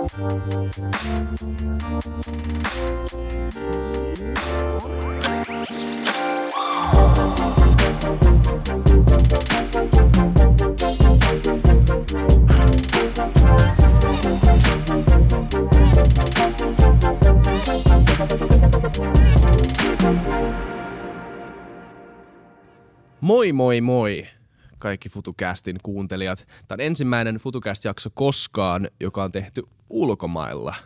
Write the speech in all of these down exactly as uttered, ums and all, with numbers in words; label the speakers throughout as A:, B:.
A: Moi moi moi kaikki FutuCastin kuuntelijat. Tämä on ensimmäinen FutuCast-jakso koskaan, joka on tehty ulkomailla.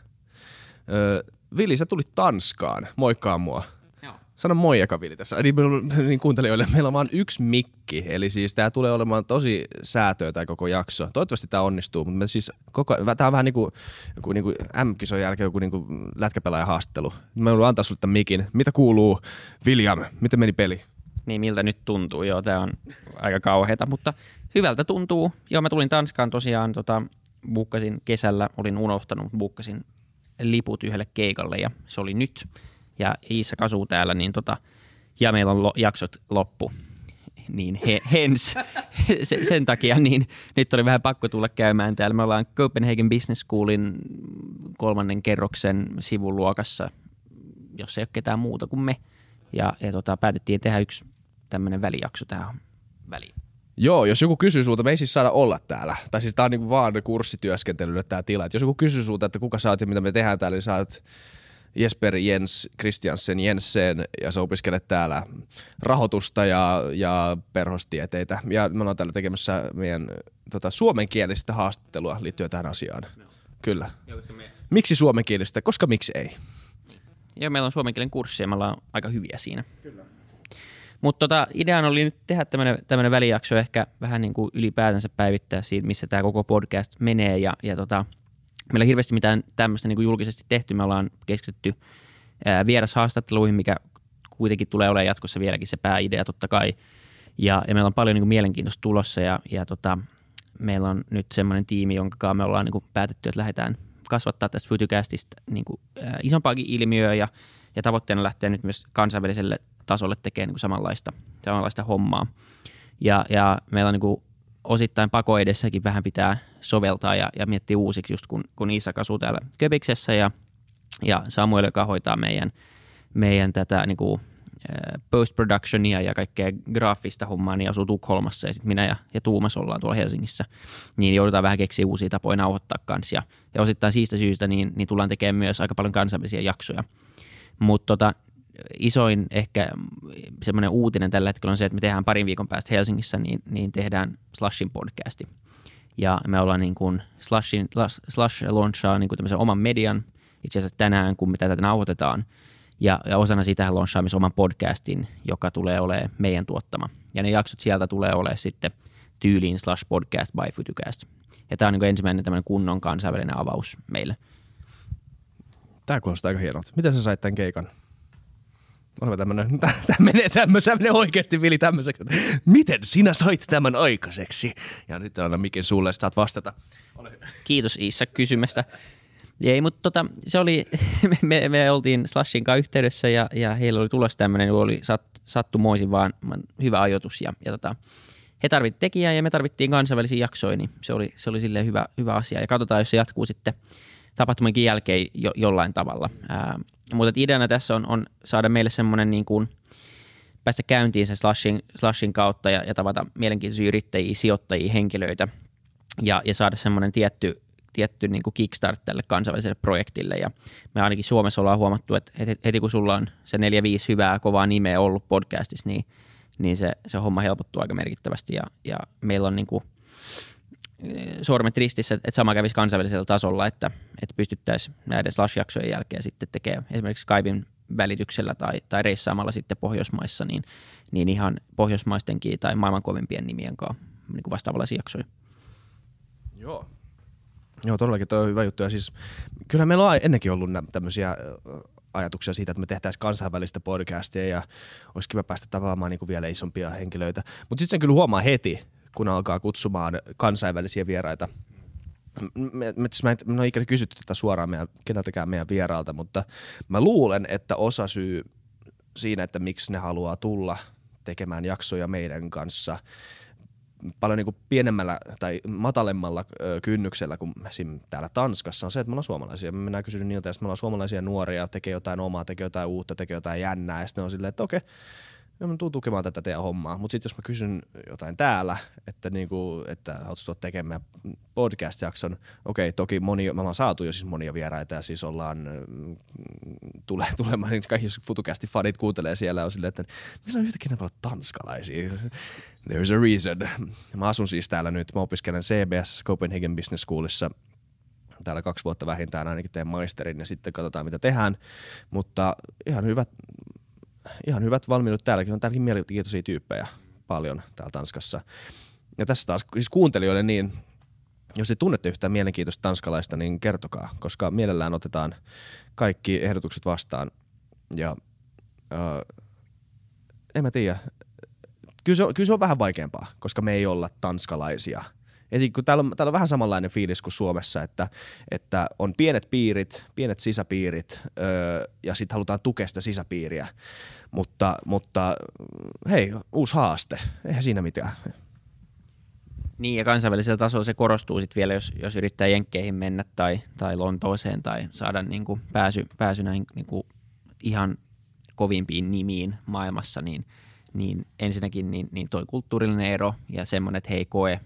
A: Öö, Vili, sä tulit Tanskaan. Moikkaa mua.
B: Joo.
A: Sano moi eka, Vili, tässä. Niin, niin kuuntelijoille, meillä on vaan yksi mikki, eli siis tää tulee olemaan tosi säätöä tää koko jakso. Toivottavasti tää onnistuu, mutta me siis koko, tää on vähän niinku, joku niinku M-kisojen jälkeen joku niinku lätkäpelaajan haastattelu. Mä haluan antaa sulle tämän mikin. Mitä kuuluu, William? Miten meni peli?
B: Niin miltä nyt tuntuu, joo, tää on aika kauheata, mutta hyvältä tuntuu. Joo, mä tulin Tanskaan tosiaan, tota, buukkasin kesällä, olin unohtanut, buukkasin liput yhdelle keikalle ja se oli nyt. Ja Iissa asuu täällä, niin tota, ja meillä on lo, jaksot loppu, niin he, hens, se, sen takia niin nyt oli vähän pakko tulla käymään täällä. Me ollaan Copenhagen Business Schoolin kolmannen kerroksen sivuluokassa, jos ei ole ketään muuta kuin me. Ja, ja tota, päätettiin tehdä yksi tämmöinen välijakso tähän väliin.
A: Joo, jos joku kysyy sulta, me ei siis saada olla täällä. Tai siis tää on niinku vaan kurssityöskentelylle tää tila. Et jos joku kysyy sulta, että kuka sä oot ja mitä me tehdään täällä, niin sä oot Jesper Jens Christiansen Jensen ja sä opiskelet täällä rahoitusta ja, ja perhostieteitä. Ja me ollaan täällä tekemässä meidän tota, suomenkielistä haastattelua liittyen tähän asiaan. No. Kyllä. Joo, me... Miksi suomenkielistä? Koska miksi ei?
B: Joo, meillä on suomenkielen kurssi ja me ollaan aika hyviä siinä. Kyllä. Mutta tota, ideana oli nyt tehdä tämmöinen välijakso, ehkä vähän niin kuin ylipäätänsä päivittää siitä, missä tämä koko podcast menee. Ja, ja tota, meillä ei hirveästi mitään tämmöistä niin kuin julkisesti tehty. Me ollaan keskitytty ää, vierashaastatteluihin, mikä kuitenkin tulee olemaan jatkossa vieläkin se pääidea totta kai. Ja, ja meillä on paljon niin kuin mielenkiintoista tulossa ja, ja tota, meillä on nyt semmoinen tiimi, jonka kanssa me ollaan niin kuin päätetty, että lähdetään kasvattaa tästä FutuCastista niin kuin, ää, isompaakin ilmiöä ja, ja tavoitteena lähteä nyt myös kansainväliselle tasolle tekee niin kuin samanlaista, samanlaista hommaa. Ja, ja meillä on niin kuin osittain pako edessäkin vähän pitää soveltaa ja, ja miettiä uusiksi, just kun, kun Isak asuu täällä Köpiksessä ja, ja Samuel, joka hoitaa meidän, meidän tätä niin kuin, post-productionia ja kaikkea graafista hommaa, niin asuu Tukholmassa ja sitten minä ja, ja Tuumas ollaan tuolla Helsingissä. Niin joudutaan vähän keksiä uusia tapoja nauhoittaa kanssa. Ja, ja osittain siitä syystä niin, niin tullaan tekemään myös aika paljon kansainvälisiä jaksoja. Mutta tota, isoin ehkä semmoinen uutinen tällä hetkellä on se, että me tehdään parin viikon päästä Helsingissä, niin, niin tehdään Slushin podcasti. Ja me ollaan niin kuin Slushin, Slush launchaa niin kuin tämmöisen oman median itse asiassa tänään, kun me tätä nauhoitetaan. Ja, ja osana siitä launchaa myös oman podcastin, joka tulee olemaan meidän tuottama. Ja ne jaksot sieltä tulee olemaan sitten tyyliin Slush Podcast by FutuCast. Ja tämä on niin kuin ensimmäinen tämmöinen kunnon kansainvälinen avaus meille.
A: Tämä kuulostaa aika hienolta. Miten sä sait tämän keikan? Olemme tämmönen, tämä menee tämmöisen, menee oikeasti Vili tämmöiseksi. Miten sinä sait tämän aikaiseksi? Ja nyt anna mikin sulle, saat vastata. Ole hyvä.
B: Kiitos Iissa kysymästä. Ei, mutta tota, se oli, me, me oltiin Slushin kanssa yhteydessä ja, ja heillä oli tulossa tämmöinen, joka oli sat, sattumoisin vaan hyvä ajoitus. Ja, ja tota, he tarvittiin tekijää ja me tarvittiin kansainvälisiä jaksoja, niin se oli, se oli silleen hyvä, hyvä asia. Ja katsotaan, jos se jatkuu sitten tapahtumankin jälkeen jo, jollain tavalla. Ää, mutta ideana tässä on, on saada meille semmoinen niin kuin päästä käyntiin sen Slushin, Slushin kautta ja, ja tavata mielenkiintoisia yrittäjiä, sijoittajia, henkilöitä ja, ja saada semmoinen tietty, tietty niin kuin kickstart tälle kansainväliselle projektille. Ja me ainakin Suomessa ollaan huomattu, että heti kun sulla on se neljä viisi hyvää kovaa nimeä ollut podcastissa, niin, niin se, se homma helpottuu aika merkittävästi ja, ja meillä on niin kuin sormet ristissä, että sama kävisi kansainvälisellä tasolla, että, että pystyttäisiin näiden Slush-jaksojen jälkeen sitten tekemään esimerkiksi Skypein välityksellä tai, tai reissaamalla sitten Pohjoismaissa, niin, niin ihan pohjoismaistenkin tai maailman kovimpien nimien kanssa niin kuin vastaavanlaisia jaksoja.
A: Joo. Joo, todellakin toi on hyvä juttu. Ja siis, kyllä meillä on ennenkin ollut tämmöisiä ajatuksia siitä, että me tehtäisiin kansainvälistä podcastia ja olisi kiva päästä tapaamaan niin kuin vielä isompia henkilöitä. Mutta sitten sen kyllä huomaa heti, kun alkaa kutsumaan kansainvälisiä vieraita. Mä, mä, mä en ole ikinä kysytty tätä suoraan meidän, keneltäkään meidän vieraalta, mutta mä luulen, että osa syy siinä, että miksi ne haluaa tulla tekemään jaksoja meidän kanssa, paljon niin kuin pienemmällä tai matalemmalla ö, kynnyksellä kuin esim. Täällä Tanskassa on se, että me ollaan suomalaisia. Me mennään kysynyt niiltä, että me ollaan suomalaisia nuoria, tekee jotain omaa, tekee jotain uutta, tekee jotain jännää ja sitten on silleen, että okei, mä tuun tukemaan tätä teidän hommaa. Mutta sitten jos mä kysyn jotain täällä, että, niinku, että haluatko tulla tekemään podcast-jakson, okei, toki moni, me ollaan saatu jo siis monia vieraita ja siis ollaan mm, tule, tulemaan, niin kaikki FutuCastin fanit kuuntelee siellä on silleen, että missä on yhtäkkiä paljon tanskalaisia? There's a reason. Mä asun siis täällä nyt, mä opiskelen C B S Copenhagen Business Schoolissa. Täällä kaksi vuotta vähintään ainakin teen maisterin ja sitten katsotaan mitä tehdään, mutta ihan hyvät Ihan hyvät valmiudet täälläkin. On täälläkin mielenkiintoisia tyyppejä paljon täällä Tanskassa. Ja tässä taas siis kuuntelijoille niin, jos ei tunnette yhtään mielenkiintoista tanskalaista, niin kertokaa, koska mielellään otetaan kaikki ehdotukset vastaan. Ja äh, en mä tiedä. Kyllä se, on, kyllä se on vähän vaikeampaa, koska me ei olla tanskalaisia. Eli kun täällä on, täällä on vähän samanlainen fiilis kuin Suomessa, että, että on pienet piirit, pienet sisäpiirit öö, ja sitten halutaan tukea sitä sisäpiiriä. Mutta, mutta hei, uusi haaste, eihän siinä mitään.
B: Niin ja kansainvälisellä tasolla se korostuu sitten vielä, jos, jos yrittää Jenkkeihin mennä tai, tai Lontooseen tai saada niinku pääsy, pääsy näihin niinku ihan kovimpiin nimiin maailmassa, niin, niin ensinnäkin niin, niin toi kulttuurillinen ero ja semmoinen, että he ei koe,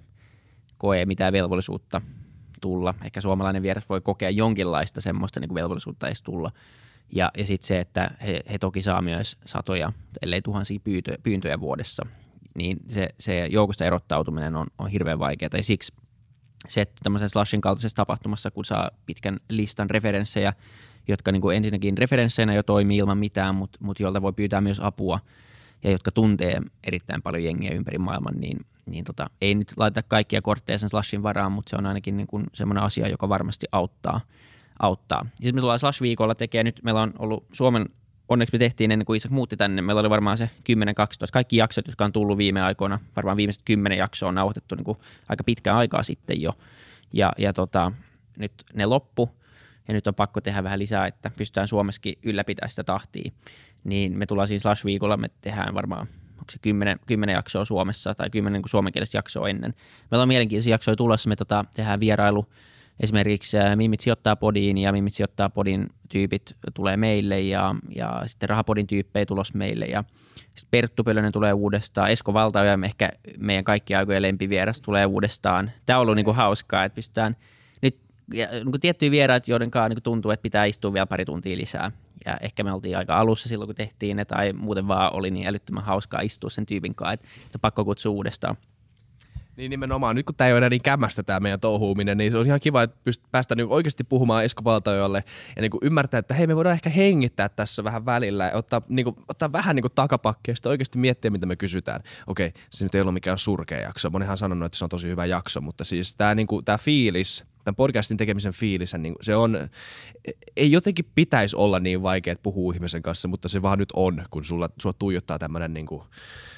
B: koe mitään velvollisuutta tulla. Ehkä suomalainen vieras voi kokea jonkinlaista semmoista niin kuin velvollisuutta edes tulla. Ja, ja sitten se, että he, he toki saa myös satoja, ellei tuhansia pyyntöjä, pyyntöjä vuodessa, niin se, se joukosta erottautuminen on, on hirveän vaikeaa. Ja siksi se, että tämmöisen Slushin kaltaisessa tapahtumassa, kun saa pitkän listan referenssejä, jotka niin kuin ensinnäkin referensseinä jo toimii ilman mitään, mutta mut joilta voi pyytää myös apua, ja jotka tuntee erittäin paljon jengiä ympäri maailman, niin, niin tota, ei nyt laita kaikkia kortteja sen Slushin varaan, mutta se on ainakin niin kuin semmoinen asia, joka varmasti auttaa. auttaa. Ja sitten me tullaan Slush-viikolla tekemään nyt, meillä on ollut Suomen, onneksi me tehtiin ennen kuin Isak muutti tänne, meillä oli varmaan se kymmenen kaksitoista, kaikki jaksot, jotka on tullut viime aikoina, varmaan viimeiset kymmenen jaksoa on nauhoitettu niin kuin aika pitkään aikaa sitten jo, ja, ja tota, nyt ne loppu, ja nyt on pakko tehdä vähän lisää, että pystytään Suomessakin ylläpitämään sitä tahtia, niin me tullaan siinä Slush-viikolla, me tehdään varmaan, onko se kymmenen, kymmenen jaksoa Suomessa, tai kymmenen niin suomenkielistä jaksoa ennen. Meillä on mielenkiintoisia jaksoja tulossa, me tota, tehdään vierailu, esimerkiksi Mimmit sijoittaa podiin ja Mimmit sijoittaa podin tyypit tulee meille ja, ja sitten Rahapodin tyyppejä tulos meille ja sitten Perttu Pölönen tulee uudestaan, Esko Valtaoja, ehkä meidän kaikki aikojen lempivieras tulee uudestaan. Tämä on ollut niinku hauskaa, että pystytään nyt ja, niinku tiettyjä vieraita, joiden kanssa niinku tuntuu, että pitää istua vielä pari tuntia lisää. Ja ehkä me oltiin aika alussa silloin, kun tehtiin ne tai muuten vaan oli niin älyttömän hauskaa istua sen tyypin kanssa, että, että pakko kutsua uudestaan.
A: Niin nimenomaan, nyt kun tämä ei ole enää niin kämmästä tämä meidän touhuuminen, niin se on ihan kiva, että pyst- päästään niin oikeasti puhumaan Esko Valtaojalle ja niin ymmärtää, että hei, me voidaan ehkä hengittää tässä vähän välillä ja ottaa, niin kuin, ottaa vähän niin takapakkia ja sitten oikeasti miettiä, mitä me kysytään. Okei, se nyt ei ollut mikään surkea jakso. Monihan on sanonut, että se on tosi hyvä jakso, mutta siis tämä, niin kuin, tämä fiilis, tämän podcastin tekemisen fiilis, niin se on, ei jotenkin pitäisi olla niin vaikea, että puhuu ihmisen kanssa, mutta se vaan nyt on, kun sulla, sua tuijottaa tämmöinen niin kuin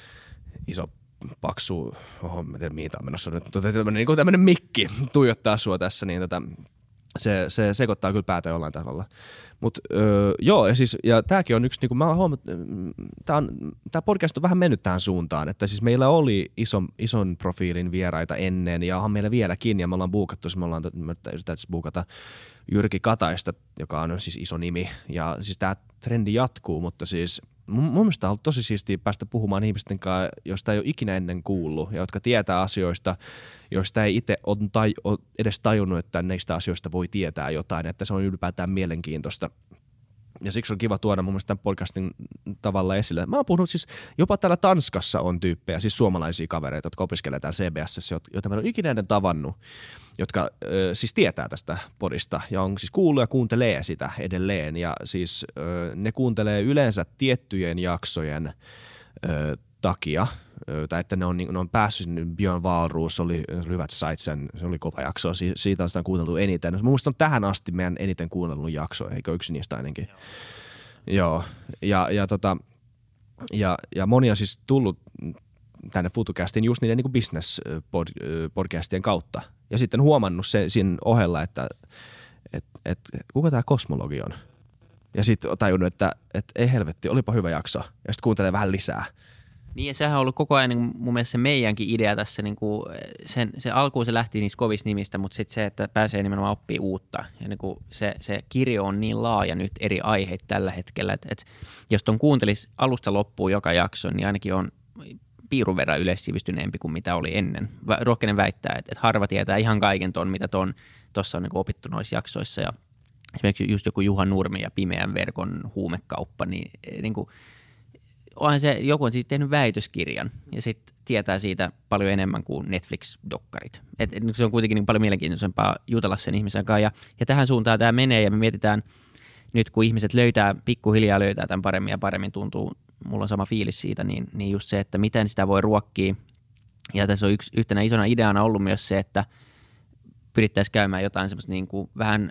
A: iso paksu, oho, mä tiedän mihin tää on menossa nyt, mutta tämmönen, niin kuin tämmönen mikki tuijottaa sua tässä, niin tota, se, se sekoittaa kyllä päätä jollain tavalla. Mut öö, joo, ja siis, ja tääkin on yksi, niin kuin mä oon huomannut, tää, on, tää podcast on vähän mennyt tähän suuntaan, että siis meillä oli ison, ison profiilin vieraita ennen, ja onhan meillä vieläkin, ja me ollaan buukattu, siis me ollaan, me yritetään buukata Jyrki Kataista, joka on siis iso nimi, ja siis tää trendi jatkuu, mutta siis mun mielestä on ollut tosi siistiä päästä puhumaan ihmisten kanssa, joista ei ole ikinä ennen kuullut ja jotka tietää asioista, joista ei itse ole taj- edes tajunnut, että näistä asioista voi tietää jotain, että se on ylipäätään mielenkiintoista. Ja siksi on kiva tuoda mun mielestä tämän podcastin tavalla esille. Mä oon puhunut siis, jopa täällä Tanskassa on tyyppejä, siis suomalaisia kavereita, jotka opiskelee täällä C B S, joita mä en ole ikinä ennen tavannut, jotka äh, siis tietää tästä podista ja on siis kuullut ja kuuntelee sitä edelleen. Ja siis äh, ne kuuntelee yleensä tiettyjen jaksojen äh, takia, tai että ne on, ne on päässyt, Björn Wahlroos oli, oli hyvät sait sen, se oli kova jakso, si, siitä on sitä kuunneltu eniten. Mun mielestä on tähän asti meidän eniten kuunnellut jakso, eikö yksi niistä ainakin. Joo, Joo. Ja, ja, tota, ja, ja moni on siis tullut tänne FutuCastiin just niiden niin business-podcastien kautta. Ja sitten huomannut se, siinä ohella, että et, et, kuka tämä kosmologi on. Ja sitten tajunnut, että et, ei helvetti, olipa hyvä jakso. Ja sitten kuuntelee vähän lisää.
B: Niin ja sehän on ollut koko ajan niin mun mielestä se meidänkin idea tässä, niin kuin sen, se alkuun se lähti niistä kovista nimistä, mutta sitten se, että pääsee nimenomaan oppii uutta. Ja niin kuin se, se kirjo on niin laaja nyt eri aiheita tällä hetkellä, että, että jos ton kuuntelisi alusta loppuun joka jakson, niin ainakin on piirun verran yleissivistyneempi kuin mitä oli ennen. Rohkenen väittää, että, että harva tietää ihan kaiken ton, mitä tuossa on niin kuin opittu noissa jaksoissa. Ja esimerkiksi just joku Juha Nurmi ja Pimeän verkon huumekauppa, niin, niin kuin onhan se, joku on siis tehnyt väitöskirjan ja sitten tietää siitä paljon enemmän kuin Netflix-dokkarit. Et, et se on kuitenkin niin paljon mielenkiintoisempaa jutella sen ihmisen kanssa. Ja, ja tähän suuntaan tämä menee ja me mietitään nyt, kun ihmiset löytää, pikkuhiljaa löytää tämän paremmin ja paremmin tuntuu, mulla on sama fiilis siitä, niin, niin just se, että miten sitä voi ruokkia. Ja tässä on yksi, yhtenä isona ideana ollut myös se, että pyrittäisiin käymään jotain semmoista niin kuin vähän,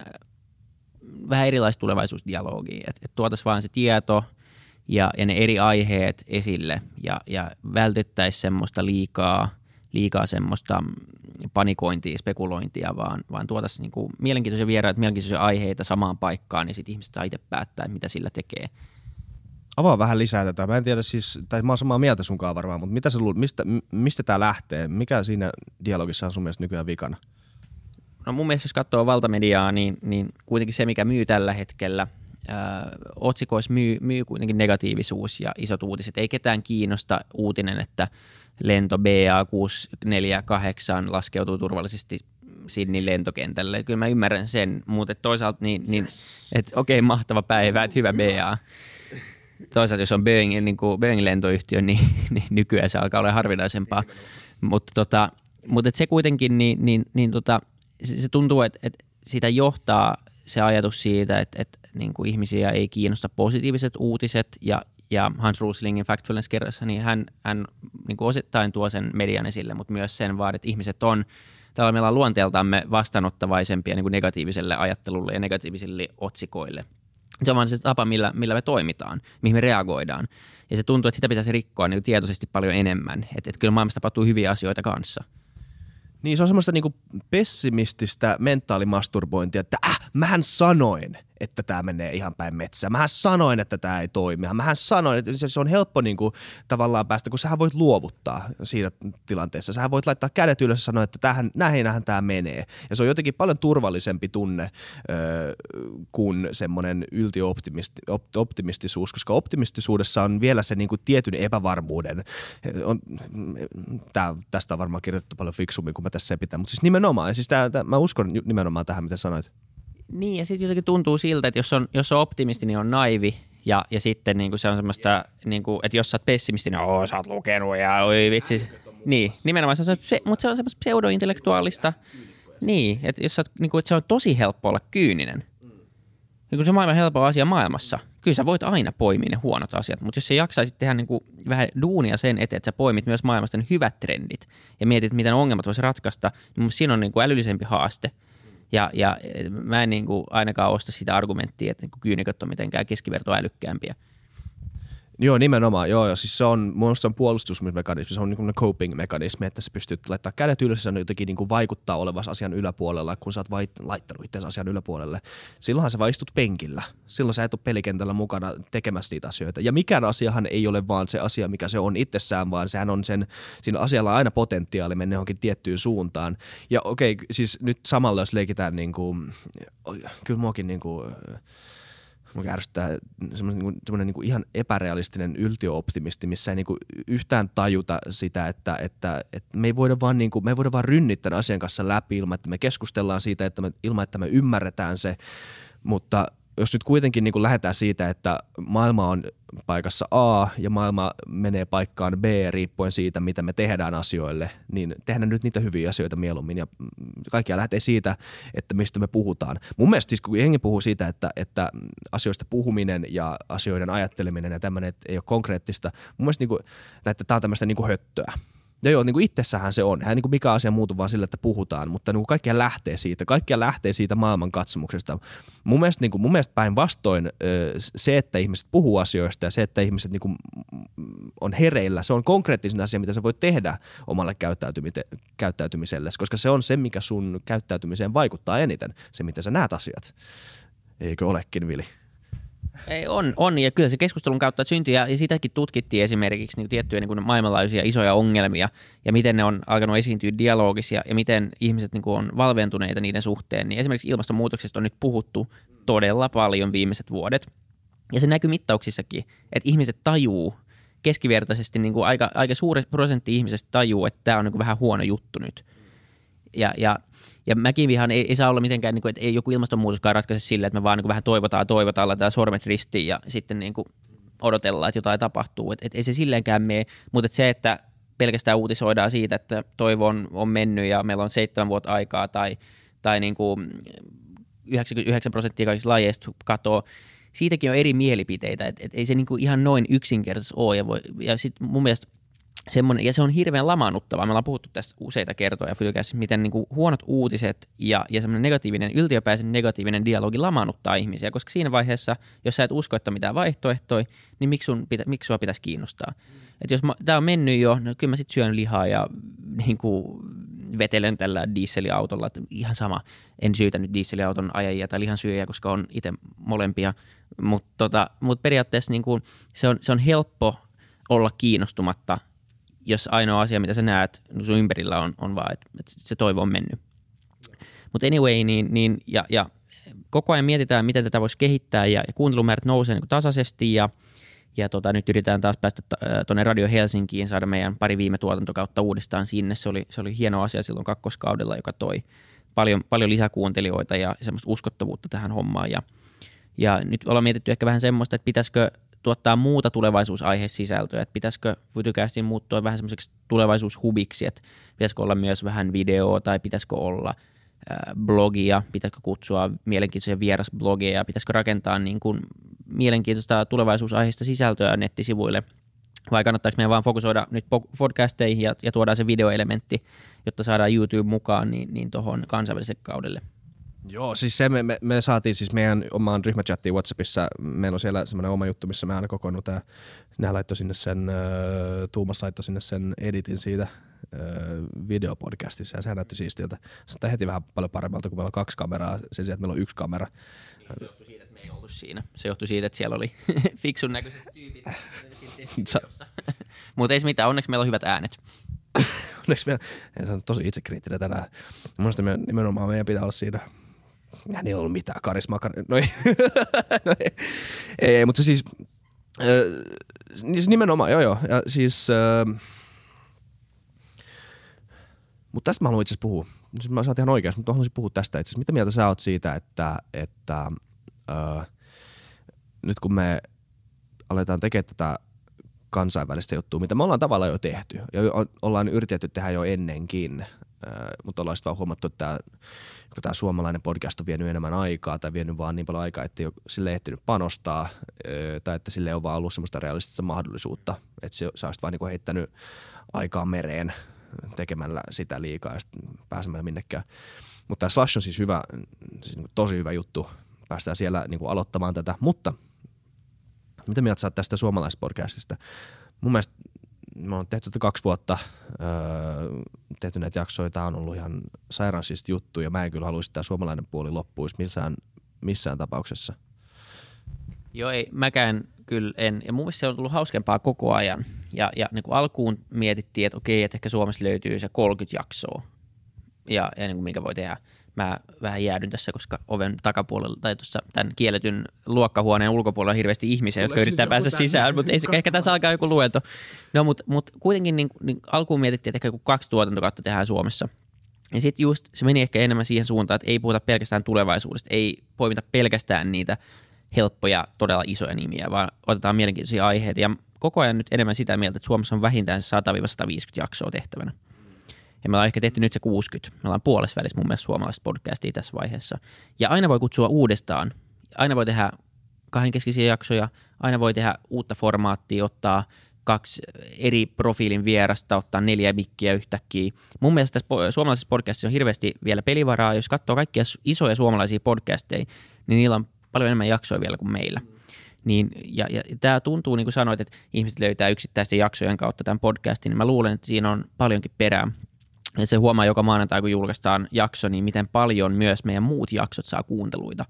B: vähän erilaista tulevaisuusdialogia. Että et tuotaisiin vaan se tieto ja, ja ne eri aiheet esille ja, ja vältyttäisiin semmoista liikaa, liikaa semmoista panikointia, spekulointia, vaan, vaan tuotaisiin niin kuin mielenkiintoisia vieraita, mielenkiintoisia aiheita samaan paikkaan ja sitten ihmiset saa itse päättää, mitä sillä tekee.
A: Avaa vähän lisää tätä. Mä en tiedä siis, tai mä oon samaa mieltä sunkaan varmaan, mutta mitä sä luulet, mistä, mistä tää lähtee? Mikä siinä dialogissa on sun mielestä nykyään vikana?
B: No mun mielestä jos katsoo valtamediaa, niin, niin kuitenkin se, mikä myy tällä hetkellä, ää, otsikoissa myy, myy kuitenkin negatiivisuus ja isot uutiset. Ei ketään kiinnosta uutinen, että lento B A kuusi neljä kahdeksan laskeutuu turvallisesti Sydneyn lentokentälle. Kyllä mä ymmärrän sen, mutta toisaalta niin, niin että okei, okay, mahtava päivä, että hyvä B A. Toisaalta jos on Boeingin, niin kuin Boeingin lentoyhtiö, niin, niin nykyään se alkaa olla harvinaisempaa. Mutta tota, mut se kuitenkin, niin, niin, niin tota, se, se tuntuu, että et sitä johtaa se ajatus siitä, että et, niin kuin ihmisiä ei kiinnosta positiiviset uutiset. Ja, ja Hans Roslingin Factfulness-kirjassa, niin hän, hän niin kuin osittain tuo sen median esille, mutta myös sen vaan, että ihmiset on, täällä meillä on luonteeltamme vastaanottavaisempia niin kuin negatiiviselle ajattelulle ja negatiivisille otsikoille. Se on vaan se tapa, millä, millä me toimitaan, mihin me reagoidaan. Ja se tuntuu, että sitä pitäisi rikkoa niin tietoisesti paljon enemmän. Että et kyllä maailmassa tapahtuu hyviä asioita kanssa.
A: Niin se on semmoista niinku pessimististä mentaalimasturbointia, että äh, mähän sanoin, että tämä menee ihan päin metsään. Mähän sanoin, että tämä ei toimi. Mähän sanoin, että se on helppo niinku tavallaan päästä, kun sähän voit luovuttaa siinä tilanteessa. Sähän voit laittaa kädet ylös ja sanoa, että tähän, näinhän tämä menee. Ja se on jotenkin paljon turvallisempi tunne öö, kuin semmoinen yltiöoptimistisuus, koska optimistisuudessa on vielä se niinku tietyn epävarmuuden. On, tää, tästä on varmaan kirjoitettu paljon fiksummin kuin mä tässä pitää, mutta siis nimenomaan. Siis tää, tää, mä uskon nimenomaan tähän, mitä sanoit.
B: Niin, ja sitten jotenkin tuntuu siltä, että jos on, jos on optimisti, niin on naivi, ja, ja sitten niin kuin se on semmoista, niin kuin, että jos sä oot pessimisti, niin oo, sä oot lukenut, ja oi vitsi. Niin, nimenomaan, se on se, mutta se on semmoista pseudointellektuaalista. Niin, että, jos sä oot, niin kuin, että se on tosi helppo olla kyyninen. Niin kuin se maailman helppo asia maailmassa. Kyllä sä voit aina poimia ne huonot asiat, mutta jos sä jaksaisit tehdä niin kuin vähän duunia sen eteen, että sä poimit myös maailmasta ne hyvät trendit, ja mietit, miten ongelmat voisi ratkaista, niin siinä on niin kuin älyllisempi haaste. Ja, ja mä en niin kuin ainakaan osta sitä argumenttia, että niin kuin kyynikot on mitenkään keskivertoa älykkäämpiä.
A: Joo, nimenomaan. Joo, ja siis se on, mun se on puolustusmekanismi, se on niin kuin coping-mekanismi, että sä pystyt laittaa kädet ylös ja jotenkin niin kuin vaikuttaa olevassa asian yläpuolella, kun sä oot vai, laittanut itseäsi asian yläpuolelle. Silloinhan sä vaan istut penkillä. Silloin sä et ole pelikentällä mukana tekemässä niitä asioita. Ja mikään asiahan ei ole vaan se asia, mikä se on itsessään, vaan sehän on sen, siinä asialla on aina potentiaali mennä johonkin tiettyyn suuntaan. Ja okei, siis nyt samalla jos leikitään niin kuin, kyllä muakin niin kuin, Mua ärsyttää semmoinen, niin semmoinen niin ihan epärealistinen yltiöoptimisti, missä ei niin kuin yhtään tajuta sitä, että, että, että me, ei voida vaan, niin kuin, me ei voida vaan rynnittää tämän asian kanssa läpi ilman, että me keskustellaan siitä, että me, ilman, että me ymmärretään se, mutta jos nyt kuitenkin niin kuin lähdetään siitä, että maailma on paikassa A ja maailma menee paikkaan B riippuen siitä, mitä me tehdään asioille, niin tehdään nyt niitä hyviä asioita mieluummin ja kaikkia lähtee siitä, että mistä me puhutaan. Mun mielestä siis kun jengi puhuu siitä, että, että asioista puhuminen ja asioiden ajatteleminen ja tämmöinen ei ole konkreettista, mun mielestä niin kuin, että tämä on tämmöistä niin kuin höttöä. Ja joo, niin kuin itsessähän se on. Eihän niin kuin mikä asia muutu vaan sillä, että puhutaan, mutta niin kuin kaikkia lähtee siitä. Kaikkia lähtee siitä maailman katsomuksesta. Mun mielestä, niin kuin, mun mielestä päinvastoin se, että ihmiset puhuu asioista ja se, että ihmiset niin kuin on hereillä, se on konkreettinen asia, mitä sä voit tehdä omalle käyttäytymiselle, koska se on se, mikä sun käyttäytymiseen vaikuttaa eniten, se, miten sä näet asiat. Eikö olekin, Vili?
B: Ei, on, on, ja kyllä se keskustelun kautta syntyi, ja, ja sitäkin tutkittiin esimerkiksi niin tiettyjä niin kuin maailmanlaajuisia isoja ongelmia, ja miten ne on alkanut esiintyä dialogisia, ja miten ihmiset niin kuin on valventuneita niiden suhteen. Niin esimerkiksi ilmastonmuutoksesta on nyt puhuttu todella paljon viimeiset vuodet, ja se näkyy mittauksissakin, että ihmiset tajuu keskivertaisesti, niin kuin aika, aika suuri prosentti ihmisestä tajuu, että tämä on niin kuin vähän huono juttu nyt. Ja, ja, ja mäkin vihaan ei, ei saa olla mitenkään, niin kuin, että ei joku ilmastonmuutoskaan ratkaise sillä, että me vaan niin kuin vähän toivotaan, toivotaan, laitetaan sormet ristiin ja sitten niin kuin odotellaan, että jotain tapahtuu. Et, et ei se silleenkään mene, mutta et se, että pelkästään uutisoidaan siitä, että toivo on, on mennyt ja meillä on seitsemän vuotta aikaa tai, tai niin kuin yhdeksänkymmentäyhdeksän prosenttia kaikista lajeista katoo, siitäkin on eri mielipiteitä, että et ei se niin kuin ihan noin yksinkertaisesti ole. Ja, voi, ja sitten mun mielestä semmoinen, ja se on hirveän lamaannuttavaa. Me ollaan puhuttu tästä useita kertoja Fytykässä, miten niin kuin huonot uutiset ja, ja semmoinen negatiivinen, yltiöpäisen negatiivinen dialogi lamaannuttaa ihmisiä, koska siinä vaiheessa, jos sä et usko, että mitään vaihtoehtoja, niin miksi, sun pitä, miksi sua pitäisi kiinnostaa? Että jos tämä on mennyt jo, no kyllä mä sitten syön lihaa ja niin kuin vetelen tällä dieseliautolla, että ihan sama, en syytä nyt dieseliauton ajajia tai lihansyöjiä, koska on itse molempia, mutta tota, mut periaatteessa niin kuin se, on, se on helppo olla kiinnostumatta, jos ainoa asia, mitä sä näet sun ympärillä on, on vaan, että, että se toivo on mennyt. Mutta anyway, niin, niin, ja, ja koko ajan mietitään, miten tätä voisi kehittää, ja, ja kuuntelumäärät nousee niin kuin tasaisesti, ja, ja tota, nyt yritetään taas päästä tuonne Radio Helsinkiin, saada meidän pari viime tuotantokautta uudestaan sinne. Se oli, se oli hieno asia silloin kakkoskaudella, joka toi paljon, paljon lisäkuuntelijoita ja semmoista uskottavuutta tähän hommaan. Ja, ja nyt ollaan mietitty ehkä vähän semmoista, että pitäisikö tuottaa muuta tulevaisuusaihesisältöä, että pitäisikö Fytycastin muuttua vähän semmoiseksi tulevaisuushubiksi, että pitäisikö olla myös vähän videoa tai pitäisikö olla äh, blogia, pitäisikö kutsua mielenkiintoisia vierasblogeja, pitäisikö rakentaa niin kuin mielenkiintoista tulevaisuusaiheista sisältöä nettisivuille, vai kannattaako meidän vaan fokusoida nyt podcasteihin ja, ja tuodaan se videoelementti, jotta saadaan YouTube mukaan niin, niin tuohon kansainväliselle kaudelle.
A: Joo, siis se me, me, me saatiin siis meidän omaan ryhmächattiin WhatsAppissa, meillä on siellä semmoinen oma juttu, missä me aina kokoonnutaan. Nämä laittoi sinne sen, äh, Tuumas laittoi sinne sen editin siitä äh, videopodcastissa ja sehän näytti siistiltä. Se heti vähän paljon paremmalta, kun meillä on kaksi kameraa, sen sijaan, että meillä on yksi kamera.
B: Niin, se johtui siitä, että me ei ollut siinä. Se johtui siitä, että siellä oli fiksun näköiset tyypit siinä mutta ei se mitään, onneksi meillä on hyvät äänet.
A: Onneksi meillä, se on tosi itsekriittinen tänään. Mielestäni me, nimenomaan meidän pitää olla siinä. Ja niillä ei ollut mitään karismaa. No ei, no ei. ei, ei mutta siis, äh, siis nimenomaan, joo joo. Ja siis, äh, mutta tästä mä haluan itse asiassa puhua. Siis mä saat ihan oikeassa, mutta haluaisin puhua tästä itse asiassa. Mitä mieltä sä oot siitä, että, että äh, nyt kun me aletaan tekemään tätä kansainvälistä juttua, mitä me ollaan tavallaan jo tehty ja ollaan yritetty tehdä jo ennenkin, äh, mutta ollaan sitten vaan huomattu, että kun tämä suomalainen podcast on vienyt enemmän aikaa tai vienyt vaan niin paljon aikaa, että ei ole sille ehtinyt panostaa äh, tai että sille on vaan ollut semmoista realistista mahdollisuutta, että se, sä olisit vaan niinku heittänyt aikaa mereen tekemällä sitä liikaa ja sitten pääsemällä minnekään. Mutta tämä Slash on siis hyvä, siis tosi hyvä juttu, päästään siellä niinku aloittamaan tätä, mutta mitä mieltä sä oot tästä suomalaisesta podcastista? Mun mielestä me on tehty kaksi vuotta, öö, tehty näitä jaksoja, tää on ollut ihan sairaan siisti juttu ja mä en kyllä haluaisi, että tämä suomalainen puoli loppuisi missään, missään tapauksessa.
B: Joo, ei, mäkään kyllä en. Ja mun mielestä se on tullut hauskempaa koko ajan. Ja, ja niin kuin alkuun mietittiin, että okei, että ehkä Suomessa löytyy se kolmekymmentä jaksoa, ja, ja niin kuin minkä voi tehdä. Mä vähän jäädyn tässä, koska oven takapuolella tai tuossa tämän kielletyn luokkahuoneen ulkopuolella on hirveästi ihmisiä, jotka yrittää siis päästä sisään, mutta ei se, ehkä tässä alkaa joku luento. No, mutta mut kuitenkin niin, niin alkuun mietittiin, että ehkä joku kaksi tuotantokautta tehdään Suomessa. Ja sitten just se meni ehkä enemmän siihen suuntaan, että ei puhuta pelkästään tulevaisuudesta, ei poimita pelkästään niitä helppoja, todella isoja nimiä, vaan otetaan mielenkiintoisia aiheita. Ja koko ajan nyt enemmän sitä mieltä, että Suomessa on vähintään sata sata viisikymmentä jaksoa tehtävänä. Ja me ollaan ehkä tehty nyt se kuusikymmentä. Me ollaan puolessa välissä mun mielestä suomalaista podcastia tässä vaiheessa. Ja aina voi kutsua uudestaan. Aina voi tehdä kahdenkeskisiä jaksoja. Aina voi tehdä uutta formaattia, ottaa kaksi eri profiilin vierasta, ottaa neljä mikkiä yhtäkkiä. Mun mielestä tässä suomalaisessa podcastissa on hirveästi vielä pelivaraa. Jos katsoo kaikkia isoja suomalaisia podcasteja, niin niillä on paljon enemmän jaksoja vielä kuin meillä. Niin, ja, ja tämä tuntuu, niin kuin sanoit, että ihmiset löytää yksittäisten jaksojen kautta tämän podcastin, niin mä luulen, että siinä on paljonkin perää. Ja se huomaa joka maanantai, kun julkaistaan jakso, niin miten paljon myös meidän muut jaksot saa kuunteluita.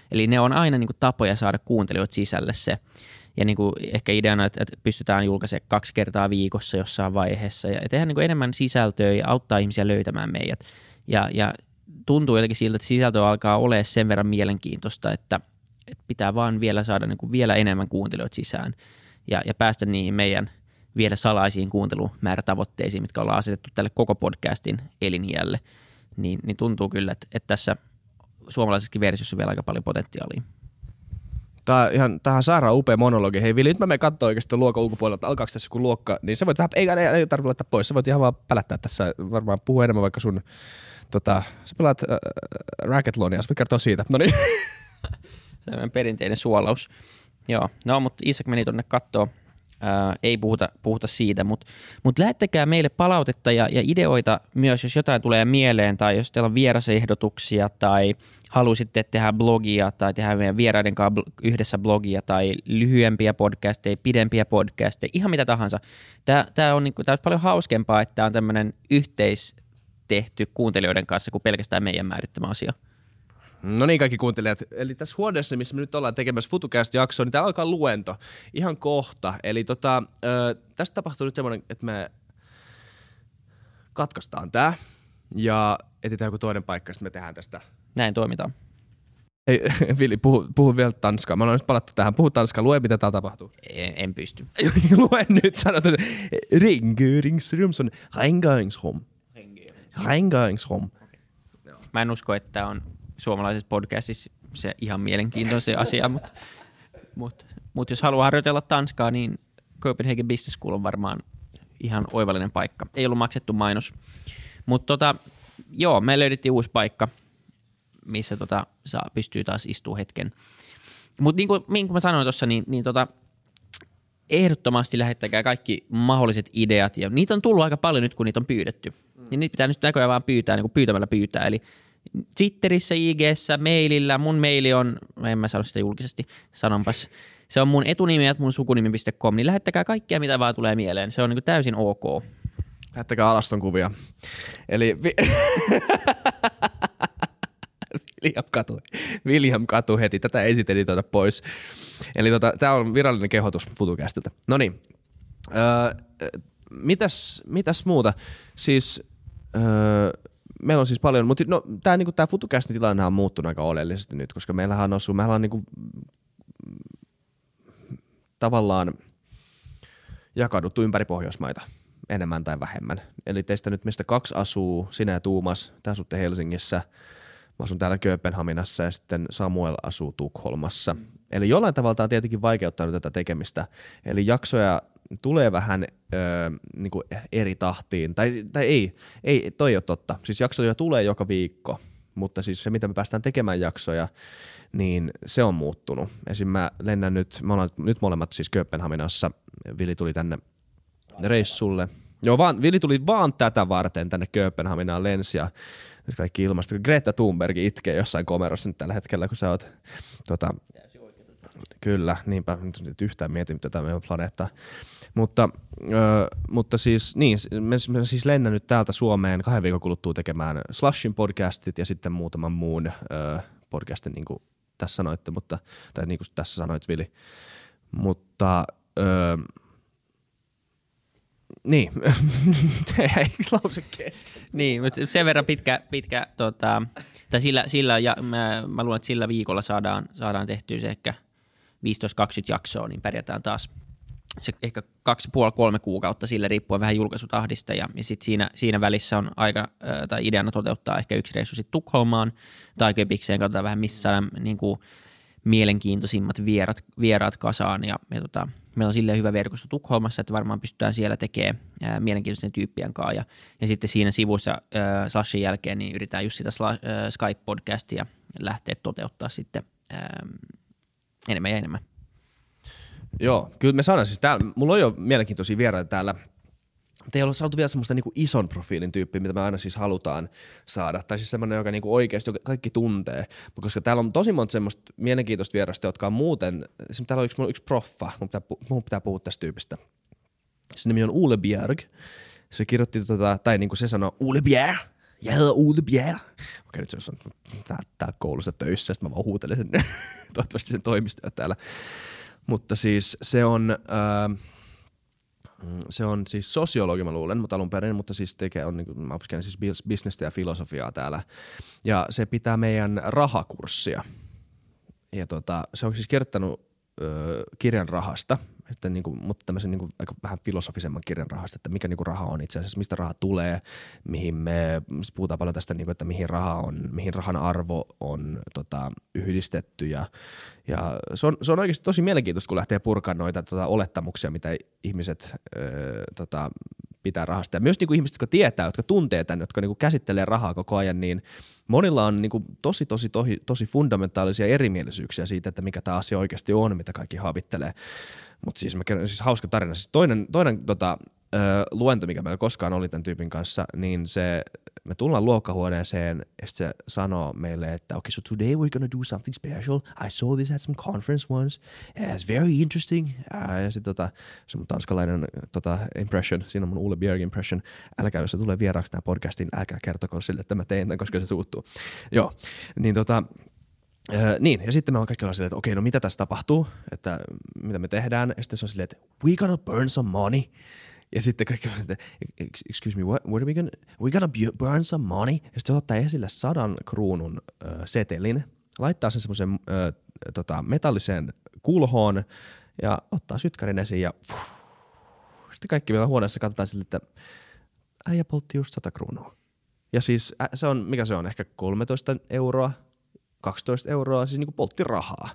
B: Eli ne on aina niin kuin tapoja saada kuuntelijoita sisälle se. Ja niin kuin ehkä ideana, että pystytään julkaisemaan kaksi kertaa viikossa jossain vaiheessa ja tehdä niin kuin enemmän sisältöä ja auttaa ihmisiä löytämään meidät. Ja, ja tuntuu jotenkin siltä, että sisältö alkaa olemaan sen verran mielenkiintoista, että, että pitää vaan vielä saada niin kuin vielä enemmän kuuntelijoita sisään ja, ja päästä niihin meidän vielä salaisiin kuuntelumäärätavoitteisiin, mitkä ollaan asetettu tälle koko podcastin eliniälle. Niin, niin tuntuu kyllä, että, että tässä suomalaisessakin versiossa on vielä aika paljon potentiaalia.
A: Tää on ihan tähän sairaan upea monologi. Hei Vili, nyt mä menen katsoa oikeastaan luokan ulkopuolella, että alkaako tässä joku luokka, niin sä voit vähän, ei, ei, ei tarvitse laittaa pois, sä voit ihan vaan pälättää tässä, varmaan puhua enemmän vaikka sun, tota, sä pelaat äh, Racketlonia, sä voit kertoa siitä. No niin.
B: Sellainen perinteinen suolaus. Joo, no mutta Isak meni tonne kattoo. Ää, ei puhuta, puhuta siitä, mutta mut lähettäkää meille palautetta ja, ja ideoita myös, jos jotain tulee mieleen tai jos teillä on vierasehdotuksia tai halusitte tehdä blogia tai tehdä meidän vieraiden kanssa yhdessä blogia tai lyhyempiä podcasteja, pidempiä podcasteja, ihan mitä tahansa. Tämä on, niinku, tää on paljon hauskempaa, että tämä on tämmöinen yhteistehty kuuntelijoiden kanssa kuin pelkästään meidän määrittämä asia.
A: No niin, kaikki kuuntelijat. Eli tässä huoneessa, missä me nyt ollaan tekemässä FutuCast-jaksoa, niin täällä alkaa luento ihan kohta. Eli tota, ö, tästä tapahtuu nyt semmoinen, että me katkaistaan tää ja etsitään joku toinen paikka, sitten me tehdään tästä.
B: Näin toimitaan.
A: Ei, Vili, puhu, puhu vielä tanskaa. Mä oon nyt palattu tähän. Puhu tanskaa. Lue, mitä täällä tapahtuu.
B: En, en pysty.
A: Lue nyt. Sanot, Ringöringsrum. Reingöringsrum. Reingöringsrum.
B: Mä en usko, että tää on suomalaisessa podcastissa se ihan mielenkiintoinen asia, mutta mut, mut jos haluaa harjoitella tanskaa, niin Copenhagen Business School on varmaan ihan oivallinen paikka. Ei ollut maksettu mainos. Mutta tota, joo, me löydettiin uusi paikka, missä tota, saa, pystyy taas istua hetken. Mutta niin kuin, niin kuin mä sanoin tuossa, niin, niin tota, ehdottomasti lähettäkää kaikki mahdolliset ideat. Ja niitä on tullut aika paljon nyt, kun niitä on pyydetty. Mm. Niin niitä pitää nyt näköjään vaan pyytää, niin kuin pyytämällä pyytää. Eli Twitterissä, I G:ssä, mailillä. Mun maili on, en mä sano sitä julkisesti, sanonpas. Se on mun etunimi, mun sukunimi piste com, niin lähettäkää kaikkia, mitä vaan tulee mieleen. Se on niin kuin täysin ok.
A: Lähettäkää alaston kuvia. Eli vi- William katu. William katu heti. Tätä ei sitten editoida pois. Eli tota, tää on virallinen kehotus FutuCastilta. Noniin. Öö, mitäs, mitäs muuta? Siis öö, meillä on siis paljon, mutta no, tämä niinku, FutuCastin tilanne on muuttunut aika oleellisesti nyt, koska meillähän on noussut, meillä on niinku, tavallaan jakauduttu ympäri Pohjoismaita enemmän tai vähemmän. Eli teistä nyt meistä kaksi asuu, sinä ja Tuumas, te asutte Helsingissä, mä asun täällä Kööpenhaminassa ja sitten Samuel asuu Tukholmassa. Eli jollain tavalla tämä on tietenkin vaikeuttanut tätä tekemistä. Eli jaksoja tulee vähän öö, niinku eri tahtiin, tai, tai ei, ei, toi ei ole totta. Siis jaksoja tulee joka viikko, mutta siis se, mitä me päästään tekemään jaksoja, niin se on muuttunut. Esim. Mä lennän nyt, me ollaan nyt molemmat siis Kööpenhaminassa, Vili tuli tänne reissulle. Joo, vaan, Vili tuli vaan tätä varten tänne Kööpenhaminaan lensi ja nyt kaikki ilmasto. Greta Thunberg itkee jossain komerossa nyt tällä hetkellä, kun sä oot tota, kyllä, niinpä nyt yhtään mietin tätä meidän planeettaa. Mutta, ö, mutta siis niin, me, me siis lennän nyt täältä Suomeen kahden viikon kuluttua tekemään Slushin podcastit ja sitten muutaman muun ö, podcastin, niin kuin tässä sanoitte, mutta, tai niin kuin tässä sanoit, Vili. Mutta ö, niin, eikö lause kesken?
B: Niin, mutta sen verran pitkä, pitkä tota, tai sillä, sillä ja mä, mä luulen, että sillä viikolla saadaan, saadaan tehtyä se ehkä viisitoista kaksikymmentä jaksoa, niin pärjätään taas se ehkä kaksi puoli kolme kuukautta, sillä riippuen vähän julkaisutahdista ja, ja sitten siinä, siinä välissä on aika, äh, tai ideana toteuttaa ehkä yksi reissu sitten Tukholmaan tai Köpikseen, katsotaan vähän missä saadaan niin kuin mielenkiintoisimmat vierat, vieraat kasaan ja, ja tota, meillä on silleen hyvä verkosto Tukholmassa, että varmaan pystytään siellä tekemään ää, mielenkiintoisten tyyppien kanssa. Ja, ja sitten siinä sivussa ää, Slashin jälkeen niin yritetään just sitä sla, ää, Skype-podcastia lähteä toteuttaa sitten ää, enemmän ja enemmän.
A: Joo, kyllä me saadaan siis täällä, mulla on jo mielenkiintoisia vieraita täällä. Te ei ole saatu vielä semmoista niinku ison profiilin tyyppiä, mitä me aina siis halutaan saada. Tai siis semmoinen, joka niinku oikeasti joka kaikki tuntee. Koska täällä on tosi monta semmoista mielenkiintoista vierasta, jotka on muuten, täällä on yksi, yksi proffa, mun pitää, mun pitää puhua tästä tyypistä. Se nimi on Ole Bjerg. Se kirjoitti, tota, tai niinku se sanoo Ole Bjerg. Jeg hedder Ole Bjerre. Okei, nyt se on täällä koulussa töissä, sitten mä vaan huutelen sen, toivottavasti sen toimistoja täällä. Mutta siis se on, äh, se on siis sosiologi, mä luulen, mutta alun perin, mutta siis tekee, on, niin kuin, mä opiskelen siis bisnestä ja filosofiaa täällä. Ja se pitää meidän rahakurssia. Ja tota, se on siis kirjoittanut ö, kirjan rahasta, sitten niinku, mutta tämmöisen niinku aika vähän filosofisemman kirjan rahasta, että mikä niinku raha on itse asiassa, mistä raha tulee, mihin me, puhutaan paljon tästä, niinku, että mihin raha on, mihin rahan arvo on tota, yhdistetty ja, ja se, on, se on oikeasti tosi mielenkiintoista, kun lähtee purkamaan noita tota, olettamuksia, mitä ihmiset ö, tota, pitää rahasta. Ja myös niinku ihmiset, jotka tietää, jotka tuntee tämän, jotka niinku käsittelee rahaa koko ajan, niin monilla on niinku tosi, tosi, tosi, tosi fundamentaalisia erimielisyyksiä siitä, että mikä tämä asia oikeasti on, mitä kaikki haavittelee. Mutta siis, siis hauska tarina. Siis toinen toinen tota, ö, luento, mikä meillä koskaan oli tämän tyypin kanssa, niin se, me tullaan luokkahuoneeseen ja se sanoo meille, että okay, so today we're gonna do something special. I saw this at some conference once. Yeah, it's very interesting. Uh, ja sitten tota, se mun tanskalainen tota, impression, siinä on mun Ole Bjerg impression. Älkää, jos se tulee vieraaksi tämän podcastin, älkää kertoko sille, että mä tein tämän, koska se suuttuu. Joo, niin tota... Öö, niin, ja sitten me ollaan kaikki ollaan silleen, että okei, no mitä tässä tapahtuu, että mitä me tehdään, ja sitten se on silleen, että we gonna burn some money, ja sitten kaikki ollaan silleen, että excuse me, what, what are we gonna, we gonna burn some money, ja sitten se ottaa esille sadan kruunun ö, setelin, laittaa sen semmoisen ö, tota, metalliseen kulhoon, ja ottaa sytkärin esiin, ja puh, sitten kaikki vielä huoneessa katsotaan silleen, että äijä poltti just sata kruunua. Ja siis ä, se on, mikä se on, ehkä kolmetoista euroa, kaksitoista euroa, siis niinku poltti rahaa.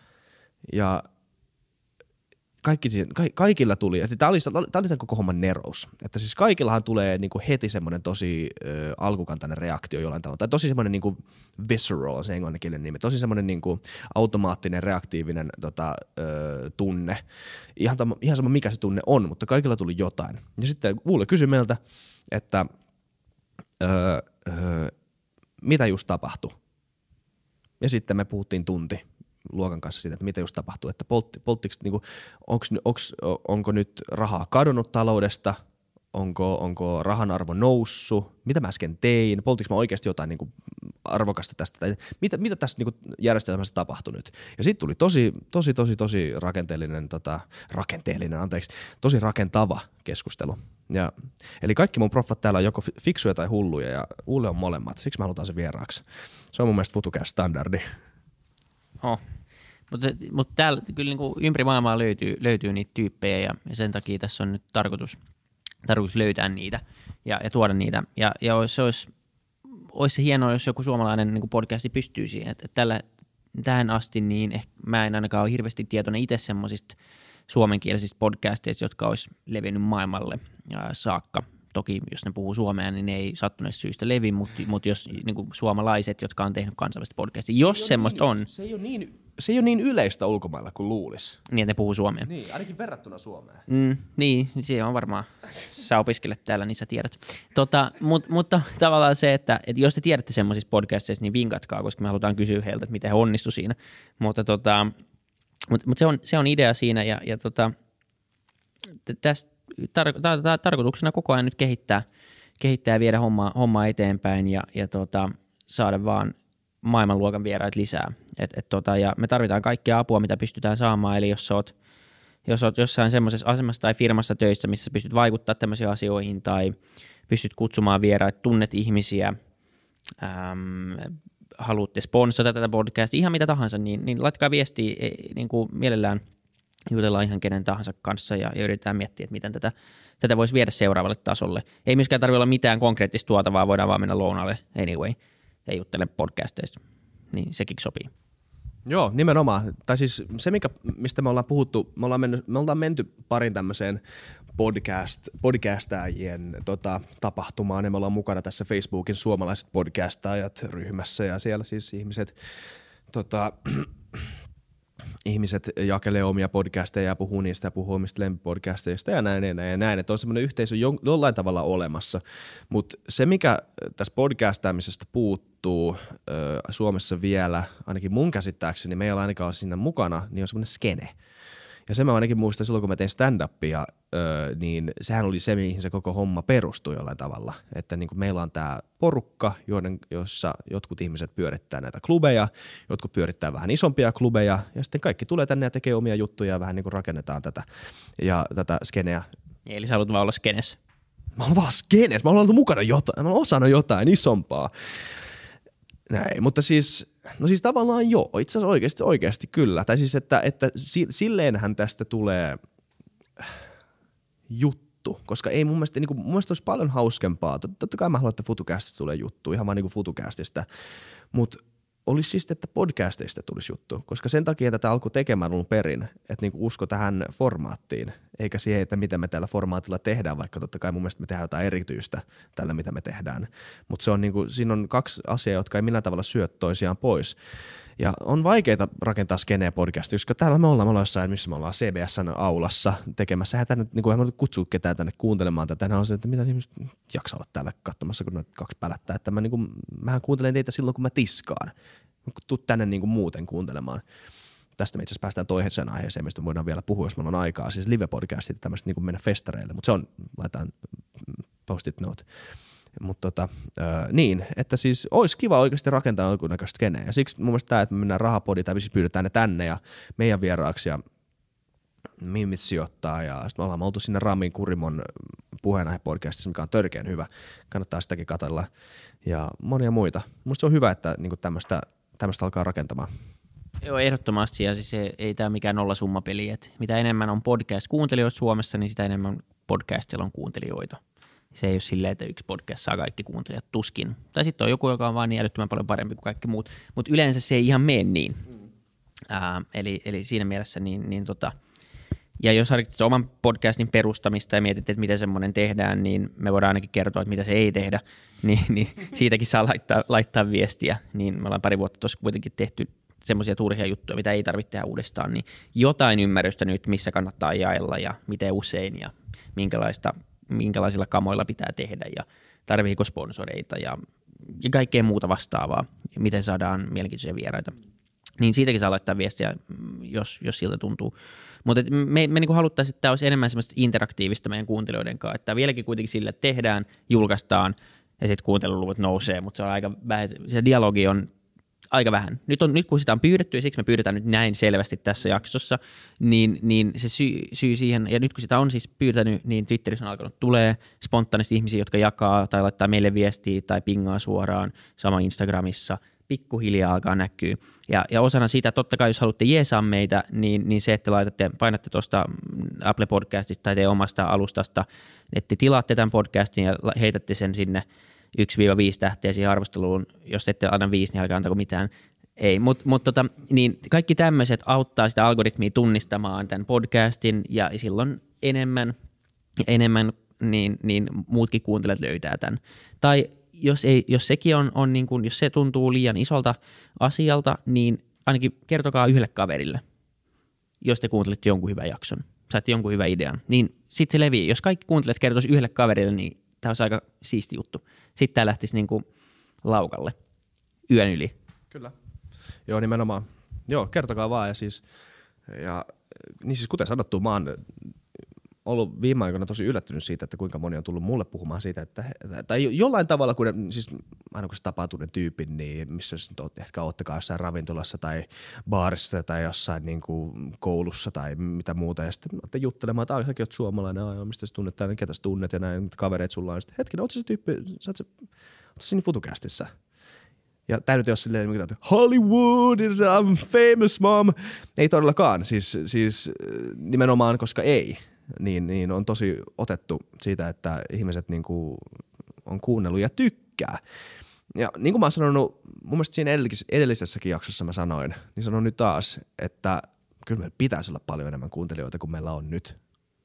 A: Ja kaikki, ka, kaikilla tuli, ja tämä oli, tämä oli tämän koko homman nerous, että siis kaikillahan tulee niinku heti semmoinen tosi ö, alkukantainen reaktio jollain tavalla, tai tosi semmoinen niinku visceral, se englanninkielinen nimi, tosi semmoinen niinku automaattinen, reaktiivinen tota, ö, tunne. Ihan, tam, ihan sama mikä se tunne on, mutta kaikilla tuli jotain. Ja sitten Uule kysyi meiltä, että ö, ö, mitä just tapahtui. Ja sitten me puhuttiin tunti luokan kanssa siitä, että mitä just tapahtuu, että poltti, polttiko, niinku, onks, onks, onko nyt rahaa kadonnut taloudesta, onko, onko rahan arvo noussut, mitä mä äsken tein, polttiko mä oikeasti jotain niinku arvokasta tästä, tai mitä, mitä tässä niinku järjestelmässä tapahtui nyt. Ja sitten tuli tosi, tosi, tosi, tosi rakenteellinen, tota, rakenteellinen, anteeksi, tosi rakentava keskustelu. Ja, eli kaikki mun proffat täällä on joko fiksuja tai hulluja, ja Ulle on molemmat, siksi mä halutaan se vieraaksi. Se on mun mielestä FutuCast standardi.
B: Oh. Mutta mut täällä kyllä niinku ympäri maailmaa löytyy, löytyy niitä tyyppejä, ja, ja sen takia tässä on nyt tarkoitus, tarkoitus löytää niitä ja, ja tuoda niitä. Ja, ja se olisi, olisi se hienoa, jos joku suomalainen niin podcasti pystyy siihen. Et, et tällä, tähän asti niin ehkä mä en ainakaan ole hirveästi tietoinen itse semmoisista suomenkielisistä podcasteista, jotka olisi levinnyt maailmalle saakka. Toki jos ne puhuu suomea, niin ne ei sattuneesta syystä levi, mutta, mutta jos niin kuin suomalaiset, jotka on tehnyt kansainvälistä podcastia, jos se semmoista
A: niin,
B: on.
A: Se ei, ole niin, se ei ole niin yleistä ulkomailla kuin luulisi.
B: Niin, että ne puhuu suomea.
A: Niin, ainakin verrattuna Suomeen.
B: Mm, niin, se on varmaan. Sä opiskelet täällä, niin sä tiedät. Tota, mut, mutta tavallaan se, että, että jos te tiedätte semmoisista podcasteista, niin vinkatkaa, koska me halutaan kysyä heiltä, että miten he onnistu siinä. Mutta tota, mut, mut se, on, se on idea siinä, ja, ja tota, tästä tar- tar- tar- tarkoituksena koko ajan nyt kehittää, kehittää ja viedä hommaa, hommaa eteenpäin ja, ja tota, saada vaan maailmanluokan vieraat lisää. Et, et tota, ja me tarvitaan kaikkea apua, mitä pystytään saamaan, eli jos oot, jos oot jossain semmoisessa asemassa tai firmassa töissä, missä pystyt vaikuttamaan tämmöisiin asioihin tai pystyt kutsumaan vieraat, tunnet ihmisiä, äm, haluatte sponsata tätä podcastia, ihan mitä tahansa, niin, niin laittakaa viestiä niin kuin mielellään. Jutellaan ihan kenen tahansa kanssa ja, ja yritetään miettiä, että miten tätä, tätä voisi viedä seuraavalle tasolle. Ei myöskään tarvitse olla mitään konkreettista tuotavaa, voidaan vaan mennä lounalle anyway ja juttele podcasteista, niin sekin sopii.
A: Joo, nimenomaan. Tai siis se, mikä, mistä me ollaan puhuttu, me ollaan, mennyt, me ollaan menty parin tämmöiseen podcast, podcastajien tota, tapahtumaan, ja me ollaan mukana tässä Facebookin suomalaiset podcastajat ryhmässä, ja siellä siis ihmiset tota, ihmiset jakelee omia podcasteja ja puhuu niistä ja puhuu omista lempipodcasteista ja näin ja näin ja näin, että on semmoinen yhteisö jollain tavalla olemassa, mutta se mikä tässä podcastaamisesta puuttuu äh, Suomessa vielä, ainakin mun käsittääkseni, me ei ole ainakaan siinä mukana, niin on semmoinen skene. Ja se mä ainakin muistan silloin, kun mä tein stand-upia, öö, niin sehän oli se, mihin se koko homma perustui jollain tavalla. Että niin kuin meillä on tää porukka, joiden, jossa jotkut ihmiset pyörittää näitä klubeja, jotkut pyörittää vähän isompia klubeja, ja sitten kaikki tulee tänne ja tekee omia juttuja ja vähän niin kuin rakennetaan tätä, ja tätä skeneä.
B: Eli sä haluat vaan olla skenes.
A: Mä oon vaan skenes, mä oon ollut mukana jotain, mä oon osannut jotain isompaa. Näin, mutta siis, no siis tavallaan joo, itse asiassa oikeasti, oikeasti kyllä. Tai siis, että, että silleenhän tästä tulee juttu, koska ei mun mielestä, niin kuin, mun mielestä olisi paljon hauskempaa. Totta kai mä haluan, että FutuCastista tulee juttu, ihan vaan niin kuin FutuCastista, mutta olisi siis, että podcasteista tulisi juttu, koska sen takia tätä alkoi tekemään alun perin, että niinku usko tähän formaattiin, eikä siihen, että mitä me tällä formaatilla tehdään, vaikka totta kai mun mielestä me tehdään jotain erityistä tällä, mitä me tehdään. Mutta se on niinku, siinä on kaksi asiaa, jotka ei millään tavalla syö toisiaan pois. Ja on vaikeaa rakentaa skeneä podcastia, koska täällä me ollaan, me ollaan jossain, missä me ollaan C B S:n aulassa tekemässä. Eihän tänne, niin kuin, eihän kutsua ketään tänne kuuntelemaan tätä. Tänään on se, että mitä ihmiset jaksaa olla täällä katsomassa, kun noita kaksi pälättää. Että mä, niin kuin, mähän kuuntelen teitä silloin, kun mä tiskaan. Tuu tänne niin kuin muuten kuuntelemaan. Tästä me itse asiassa päästään toiseen aiheeseen, mistä me voidaan vielä puhua, jos meillä on aikaa. Siis live-podcastit, tämmöistä niin kuin mennä festareille, mutta se on, laitetaan post-it note. Mutta tota, äh, niin, että siis olisi kiva oikeasti rakentaa jonkunnäköistä skeneä. Ja siksi mun mielestä tämä, että me mennään Rahapodiin tai siis pyydetään ne tänne ja meidän vieraaksi ja Mimmit sijoittaa. Ja sitten me ollaan oltu sinne Ramin Kurimon puheenaihe-podcastissa, mikä on törkeän hyvä. Kannattaa sitäkin katsella. Ja monia muita. Musta se on hyvä, että niinku tämmöistä tämmöistä alkaa rakentamaan.
B: Joo, ehdottomasti. Ja siis ei, ei tämä mikään nollasummapeli. Et mitä enemmän on podcast-kuuntelijoita Suomessa, niin sitä enemmän podcastilla on kuuntelijoita. Se ei ole silleen, että yksi podcast saa kaikki kuuntelijat tuskin. Tai sitten on joku, joka on vaan niin älyttömän paljon parempi kuin kaikki muut. Mutta yleensä se ei ihan mene niin. Mm. Ää, eli, eli siinä mielessä niin, niin tota, ja jos harkitset oman podcastin perustamista ja mietit, että miten semmoinen tehdään, niin me voidaan ainakin kertoa, että mitä se ei tehdä, niin, niin siitäkin saa laittaa, laittaa viestiä. Niin me ollaan pari vuotta tuossa kuitenkin tehty semmoisia turhia juttuja, mitä ei tarvitse tehdä uudestaan, niin jotain ymmärrystä nyt, missä kannattaa jaella ja miten usein ja minkälaista, minkälaisilla kamoilla pitää tehdä ja tarviiko sponsoreita ja, ja kaikkea muuta vastaavaa, miten saadaan mielenkiintoisia vieraita. Niin siitäkin saa laittaa viestiä, jos, jos siltä tuntuu. Mutta me, me niinku haluttaisiin, että tämä olisi enemmän semmoista interaktiivista meidän kuuntelijoiden kanssa. Että vieläkin kuitenkin sillä, että tehdään, julkaistaan ja sitten kuunteluluvut nousee, mutta se on aika vähän, se dialogi on aika vähän. Nyt, on, nyt kun sitä on pyydetty ja siksi me pyydetään nyt näin selvästi tässä jaksossa, niin, niin se syy, syy siihen, ja nyt kun sitä on siis pyytänyt, niin Twitterissä on alkanut tulee spontaanisti ihmisiä, jotka jakaa tai laittaa meille viestiä tai pingaa suoraan, sama Instagramissa, pikkuhiljaa alkaa näkyä. Ja, ja osana siitä, totta kai jos haluatte jeesaa meitä, niin, niin se, että laitatte, painatte tuosta Apple Podcastista tai teidän omasta alustasta, että tilaatte tämän podcastin ja heitätte sen sinne yksi viisi tähteä siihen arvosteluun. Jos ette anna viisi, niin älkää antako mitään. Ei, mutta mut tota, niin kaikki tämmöiset auttaa sitä algoritmia tunnistamaan tämän podcastin ja silloin enemmän, enemmän niin, niin muutkin kuuntelijat löytää tämän. Tai jos, ei, jos sekin on, on niin kuin, jos se tuntuu liian isolta asialta, niin ainakin kertokaa yhdelle kaverille, jos te kuuntelette jonkun hyvän jakson, saatte jonkun hyvän idean, niin sitten se leviää. Jos kaikki kuuntelijat kertoisi yhdelle kaverille, niin tämä olisi aika siisti juttu. Sitten tämä lähtisi niin kuin laukalle yön yli.
A: Kyllä. Joo, nimenomaan. Joo, kertokaa vaan. Ja siis, ja, niin siis kuten sanottu, mä oon ollut viime aikoina tosi yllättynyt siitä, että kuinka moni on tullut mulle puhumaan siitä, että, tai jollain tavalla, kun siis aina kun sä tapaat uuden tyypin, niin missä nyt ehkä oottekaan jossain ravintolassa tai baarissa tai jossain niin kuin koulussa tai mitä muuta, ja sitten olette juttelemaan, että säkin oot suomalainen, aah, mistä sä tunnet täällä, ketä sä tunnet, ja näin kavereet sulla on, sitten hetkinen, oot sä se tyyppi, sä oot sä, oot sä siinä FutuCastissa? Ja tää nyt ei ole silleen, että Hollywood is I'm famous mom. Ei todellakaan, siis, siis nimenomaan, koska ei. Niin, niin on tosi otettu siitä, että ihmiset niinku on kuunnellut ja tykkää. Ja niin kuin mä oon sanonut, mun mielestä siinä edellisessäkin jaksossa mä sanoin, niin sanon nyt taas, että kyllä meillä pitäisi olla paljon enemmän kuuntelijoita kuin meillä on nyt.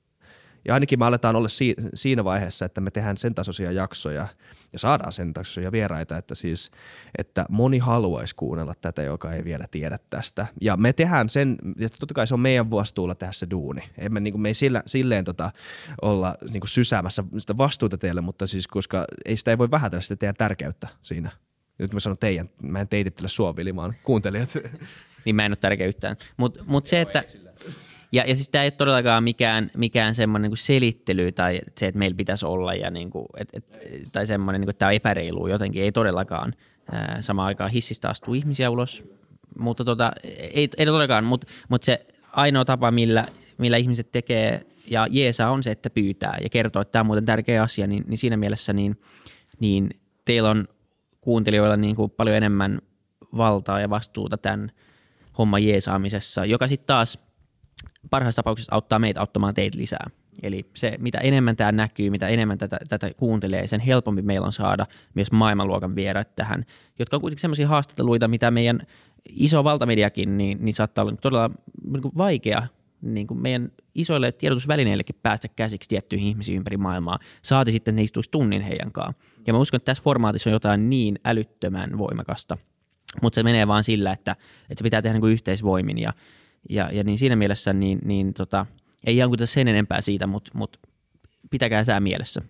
A: Ja ainakin me aletaan olla si- siinä vaiheessa, että me tehdään sen tasoisia jaksoja ja saadaan sen tasoisia vieraita, että siis, että moni haluaisi kuunnella tätä, joka ei vielä tiedä tästä. Ja me tehdään sen, että totta kai se on meidän vastuulla tehdä se duuni. Emme, niin kuin, me ei sillä, silleen tota, olla niin kuin sysäämässä sitä vastuuta teille, mutta siis koska ei sitä ei voi vähätellä sitä teidän tärkeyttä siinä. Nyt mä sanon teidän, mä en teitittele sua, Vili, vaan kuuntelijat.
B: Niin mä en ole tärkeä yhtään. Mutta mut se, että Ja, ja siis tämä ei ole todellakaan mikään, mikään semmoinen niin selittely tai se, että meillä pitäisi olla ja niin kuin, et, et, tai semmoinen, niin kuin, että tämä on epäreilu jotenkin, ei todellakaan. Ää, samaan aikaan hissistä astuu ihmisiä ulos, mutta tota, ei, ei todellakaan, mutta, mutta se ainoa tapa, millä, millä ihmiset tekee ja jeesaa on se, että pyytää ja kertoo, että tämä on muuten tärkeä asia, niin, niin siinä mielessä niin, niin teillä on kuuntelijoilla niin kuin paljon enemmän valtaa ja vastuuta tämän homman jeesaamisessa, joka sitten taas parhaassa tapauksessa auttaa meitä auttamaan teitä lisää. Eli se, mitä enemmän tämä näkyy, mitä enemmän tätä, tätä kuuntelee, sen helpompi meillä on saada myös maailmanluokan vieraat tähän, jotka on kuitenkin sellaisia haastatteluita, mitä meidän iso valtamediakin, niin, niin saattaa olla todella niin kuin vaikea niin kuin meidän isoille tiedotusvälineillekin päästä käsiksi tiettyihin ihmisiin ympäri maailmaa. Saati sitten, ne istuisi tunnin heidän kanssaan. Ja mä uskon, että tässä formaatissa on jotain niin älyttömän voimakasta, mutta se menee vaan sillä, että, että se pitää tehdä niin kuin yhteisvoimin ja, ja, ja niin siinä mielessä niin, niin tota, ei ihan kuin sen enempää siitä, mutta, mutta pitäkää sää mielessä.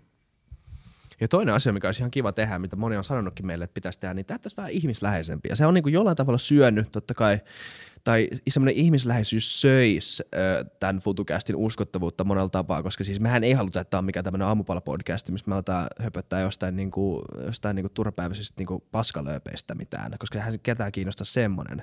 A: Ja toinen asia, mikä olisi ihan kiva tehdä, mitä moni on sanonutkin meille, että pitäisi tehdä, niin tehtäisiin vähän ihmisläheisempiä. Se on niin kuin jollain tavalla syönyt totta kai, tai semmoinen ihmisläheisyys söisi äh, tämän FutuCastin uskottavuutta monella tapaa, koska siis mehän ei haluta, että tämä on mikään tämmöinen aamupalapodcast, missä me aletaan höpöttää jostain, niin kuin, jostain niin kuin turhapäiväisistä niin kuin paskalööpeistä mitään, koska sehän ketään kiinnostaa semmoinen.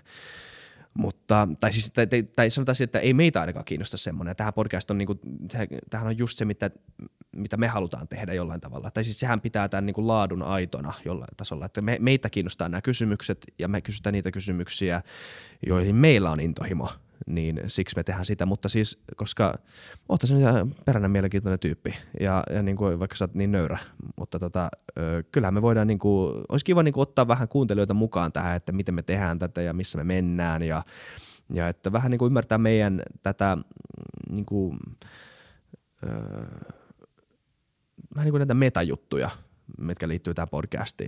A: Mutta, tai siis, tai, tai, tai sanotaan että ei meitä ainakaan kiinnosta semmoinen. Tähän podcast on, niinku, tämähän on just se, mitä, mitä me halutaan tehdä jollain tavalla. Tai siis sehän pitää tämän niinku laadun aitona jollain tasolla. Että me, meitä kiinnostaa nämä kysymykset ja me kysytään niitä kysymyksiä, joihin meillä on intohimo. Niin siksi me tehdään sitä, mutta siis, koska ootte sen peränä mielenkiintoinen tyyppi ja, ja niin kuin, vaikka sä oot niin nöyrä, mutta tota, kyllähän me voidaan, niin kuin, olisi kiva niin kuin, ottaa vähän kuuntelijoita mukaan tähän, että miten me tehdään tätä ja missä me mennään ja, ja että vähän niin kuin ymmärtää meidän tätä niin kuin, öö, vähän niin kuin näitä metajuttuja, mitkä liittyy tähän podcastiin.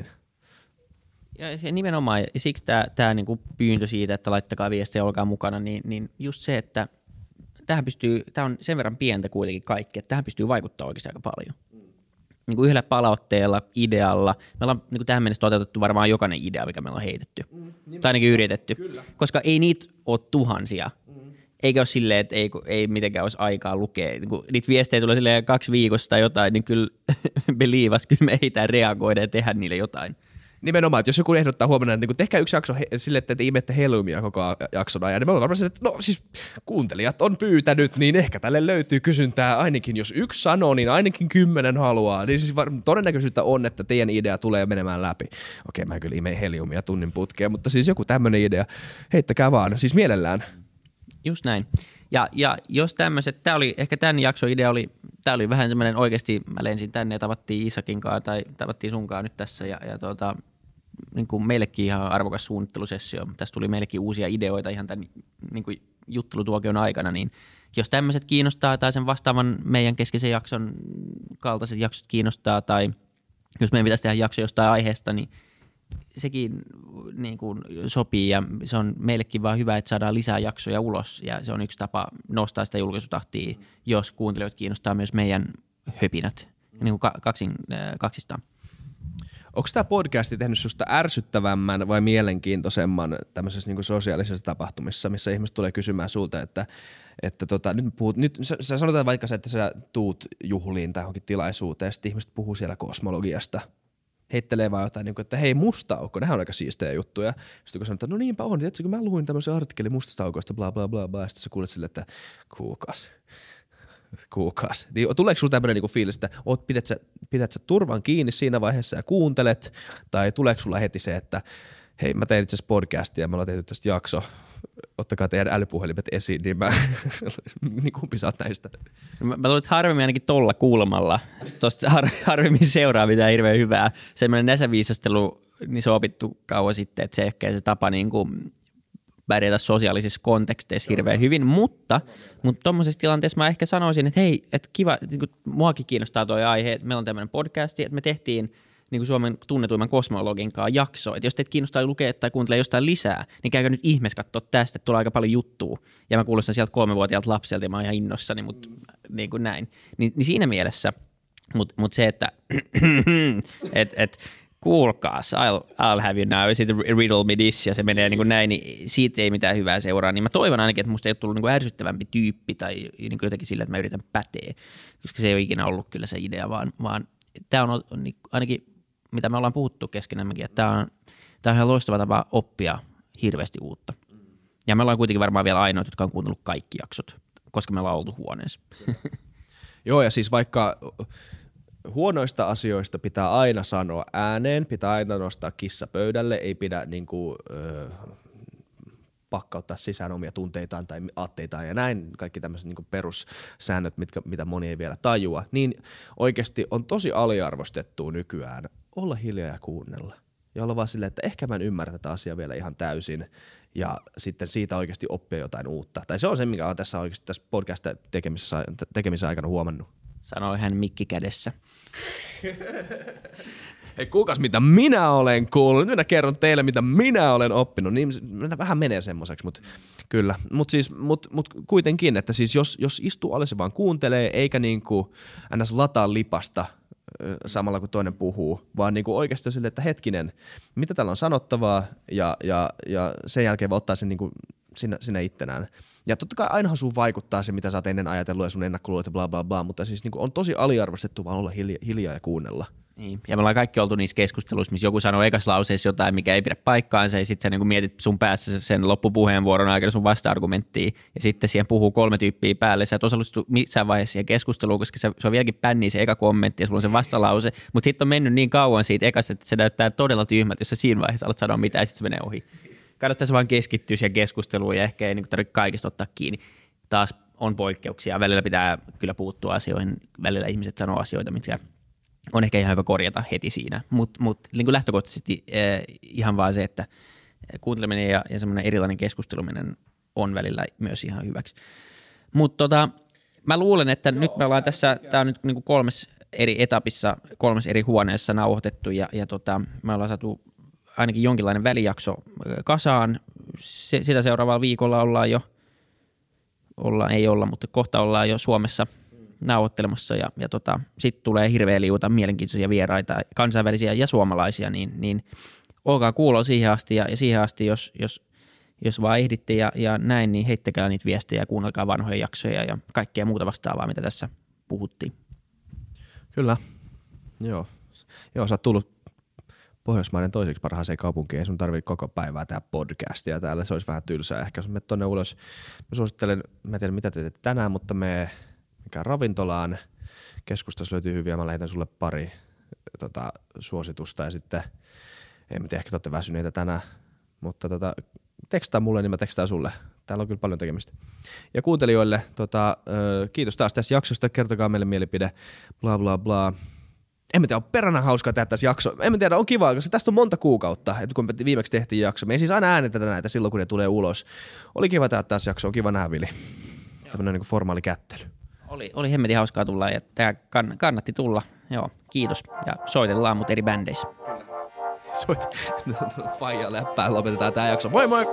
B: Ja nimenomaan, ja siksi tämä, tämä niinku pyyntö siitä, että laittakaa viestiä, olkaa mukana, niin, niin just se, että tähän pystyy, tämä on sen verran pientä kuitenkin kaikki, että tähän pystyy vaikuttamaan oikeasti aika paljon. Mm. Niin kuin yhdellä palautteella, idealla, me ollaan niin kuin tähän mennessä toteutettu varmaan jokainen idea, mikä meillä on heitetty, mm, tai ainakin yritetty, kyllä. Koska ei niitä ole tuhansia. Mm. Eikä ole silleen, että ei, ei mitenkään olisi aikaa lukea. Niin kun niitä viestejä tulee silleen kaksi viikosta tai jotain, niin kyllä believas, kyllä me ehditään reagoida ja tehdä niille jotain.
A: Nimenomaan, että jos joku ehdottaa huomenna, että niin tehkää yksi jakso he, sille, että te imette helmiä koko jakson ajan, niin me ollaan varmaan että no siis kuuntelijat on pyytänyt, niin ehkä tälle löytyy kysyntää ainakin, jos yksi sanoo, niin ainakin kymmenen haluaa. Niin siis var- todennäköisyyttä on, että teidän idea tulee menemään läpi. Okei, mä kyllä imeen heliumia tunnin putkeen, mutta siis joku tämmöinen idea, heittäkää vaan, siis mielellään.
B: Just näin. Ja, ja jos tämmöiset, tämä oli, ehkä tämän jakson idea oli, tämä oli vähän semmoinen oikeasti, mä lensin tänne ja tavattiin Isakin kanssa tai tavattiin sunkaan nyt tässä ja, ja tuota, niin kuin meillekin ihan arvokas suunnittelusessio. Tässä tuli meillekin uusia ideoita ihan tämän niin kuin juttelutuokion aikana, niin jos tämmöiset kiinnostaa tai sen vastaavan meidän keskeisen jakson kaltaiset jaksot kiinnostaa tai jos meidän pitäisi tehdä jakso jostain aiheesta, niin sekin niin kuin sopii ja se on meillekin vaan hyvä, että saadaan lisää jaksoja ulos ja se on yksi tapa nostaa sitä julkaisutahtia, jos kuuntelijat kiinnostaa myös meidän höpinät niin kuin kaksin, kaksistaan.
A: Onko tämä podcasti tehnyt susta ärsyttävämmän vai mielenkiintoisemman tämmöisessä niin kuin sosiaalisessa tapahtumissa, missä ihmiset tulee kysymään sulta, että, että tota, nyt, puhut, nyt sä, sä sanotaan vaikka se, että sä tuut juhliin tai johonkin tilaisuuteen ja sitten ihmiset puhuu siellä kosmologiasta. Heittelee vaan jotain, että hei mustaaukko, nehän on aika siistejä juttuja. Sitten kun sanotaan, että no niinpä on, tiedätkö, kun mä luin tämmöisen artikkelin mustasta aukoista, bla bla bla bla, ja sitten sä kuulet silleen, että kuukas, kuukas. Niin tuleeko sulla tämmöinen niinku fiilis, että oot, pidät, sä, pidät sä turvan kiinni siinä vaiheessa ja kuuntelet, tai tuleeko sulla heti se, että hei mä tein itse asiassa podcastia ja me ollaan tehty tästä jakso, ottakaa teidän älypuhelimet esiin, niin mä, niin kumpi sä oot näistä?
B: Mä, mä luulen, että harvemmin ainakin tolla kuulemalla. Tuosta har, harvemmin seuraa mitään hirveän hyvää. Semmoinen näsäviisastelu, niin se on opittu kauan sitten, että se ehkä se tapa niin kuin pärjätä sosiaalisissa konteksteissa hirveän hyvin, mutta mutta tuommoisessa tilanteessa mä ehkä sanoisin, että hei, että kiva, niin kuin, muakin kiinnostaa toi aihe, että meillä on tämmöinen podcasti, että me tehtiin niin kuin Suomen tunnetuimman kosmologin kanssa jakso. Että jos teitä kiinnostaa lukea tai kuuntelemaan jostain lisää, niin käykää nyt ihmeessä katsoa tästä, että tulee aika paljon juttua. Ja mä kuulostan sieltä kolmevuotiaalta lapselta ja mä oon ihan innossani, mutta niin kuin näin. Ni, niin siinä mielessä, mutta mut se, että et, et, kuulkaas, I'll, I'll have you now, sitten riddle me this, ja se menee niin kuin näin, niin siitä ei mitään hyvää seuraa. Niin mä toivon ainakin, että musta ei ole tullut niin kuin ärsyttävämpi tyyppi tai niin kuin jotenkin sillä, että mä yritän päteä, koska se ei ole ikinä ollut kyllä se idea, vaan, vaan tämä on, on niin, ainakin, mitä me ollaan puhuttu keskenämmekin, että tämä on, tämä on ihan loistava tapa oppia hirveästi uutta. Ja me ollaan kuitenkin varmaan vielä ainoat, jotka on kuunnellut kaikki jaksot, koska me ollaan oltu huoneessa.
A: Joo, ja siis vaikka huonoista asioista pitää aina sanoa ääneen, pitää aina nostaa kissa pöydälle, ei pidä niinku, ö, pakkauttaa sisään omia tunteitaan tai aatteitaan ja näin, kaikki tämmöiset niinku perussäännöt, mitkä, mitä moni ei vielä tajua, niin oikeasti on tosi aliarvostettua nykyään olla hiljaa ja kuunnella. Ja olla vaan silleen, että ehkä mä en ymmärrä tätä asiaa vielä ihan täysin ja sitten siitä oikeasti oppia jotain uutta. Tai se on se, mikä on tässä oikeasti tässä podcast-tekemisessä tekemisen aikana huomannut.
B: Sanoi hän mikki kädessä.
A: Hei, kuulkaas mitä minä olen kuullut. Nyt minä kerron teille, mitä minä olen oppinut. Niin vähän menee semmoiseksi, mutta kyllä. Mutta siis, mut, mut kuitenkin, että siis jos, jos istuu alle se vaan kuuntelee, eikä niinku ns. Lataa lipasta samalla kun toinen puhuu, vaan niinku oikeasti silleen, että hetkinen, mitä täällä on sanottavaa ja, ja, ja sen jälkeen vaan ottaa sen niinku sinä, sinä ittenään. Ja totta kai ainahan sun vaikuttaa se, mitä sä oot ennen ajatellut ja sun ennakkoluulet ja bla bla bla, mutta siis niinku on tosi aliarvostettu vaan olla hiljaa, hiljaa ja kuunnella.
B: Niin. Ja me ollaan kaikki oltu niissä keskusteluissa, missä joku sanoo ekas lauseessa jotain, mikä ei pidä paikkaansa, ja sitten sä niin mietit sun päässä sen loppupuheenvuoron aikana sun vasta-argumenttia, ja sitten siihen puhuu kolme tyyppiä päälle. Sä et osallistu missään vaiheessa siihen keskusteluun, koska se, se on vieläkin pänniä se eka kommentti, ja sulla on se vastalause, mutta sitten on mennyt niin kauan siitä ekasta, että se näyttää todella tyhmät, jos sä siinä vaiheessa alat sanoa mitään, ja sitten se menee ohi. Kannattaisi vaan keskittyä siihen keskusteluun, ja ehkä ei niin tarvitse kaikista ottaa kiinni. Taas on poikkeuksia, välillä pitää kyllä puuttua asioihin, välillä ihmiset sanoo asioita, mitkä on ehkä ihan hyvä korjata heti siinä, mutta mut, niin lähtökohtaisesti eh, ihan vaan se, että kuunteleminen ja, ja semmoinen erilainen keskusteluminen on välillä myös ihan hyväksi. Mutta tota, mä luulen, että Joo, nyt me ollaan tässä, tää on nyt niin kolmes eri etapissa, kolmes eri huoneessa nauhoitettu ja, ja tota, me ollaan saatu ainakin jonkinlainen välijakso kasaan. Se, sitä seuraavalla viikolla ollaan jo, ollaan, ei olla, mutta kohta ollaan jo Suomessa nauhoittelemassa ja, ja tota, sitten tulee hirveä liuta mielenkiintoisia vieraita, kansainvälisiä ja suomalaisia, niin, niin olkaa kuuloa siihen asti ja, ja siihen asti, jos, jos, jos vaan ehditte ja, ja näin, niin heittäkää niitä viestejä ja kuunnelkaa vanhoja jaksoja ja kaikkea muuta vastaavaa, mitä tässä puhuttiin.
A: Kyllä, joo. Joo, sä oot tullut Pohjoismaiden toiseksi parhaaseen kaupunkiin, ei sun tarvitse koko päivää tehdä podcastia täällä, se olisi vähän tylsää. Ehkä jos menet tonne ulos, mä suosittelen, mä en tiedä mitä te teette tänään, mutta me mikä ravintolaan. Keskustassa löytyy hyviä. Mä lähetän sulle pari tota, suositusta ja sitten, en mä tiedä, ehkä te olette väsyneitä tänään, mutta tota, tekstaa mulle, niin mä tekstaan sulle. Täällä on kyllä paljon tekemistä. Ja kuuntelijoille, tota, ö, kiitos taas tästä jaksosta, kertokaa meille mielipide, bla bla bla. En mä tiedä, on peränä hauskaa tehdä tässä jakso. En mä tiedä, on kiva, koska tästä on monta kuukautta, että kun me viimeksi tehtiin jakso. Me ei siis aina äänetetä näitä silloin, kun ne tulee ulos. Oli kiva tehdä tässä jakso, on kiva nähdä, Vili. Tämmönen niin kuin formaali kättely. Oli, oli hemmetin hauskaa tulla ja tämä kann, kannatti tulla. Joo, kiitos. Ja soitellaan mut eri bändeissä. Soit faija läppää, lopetetaan tää jakso. Moi moi!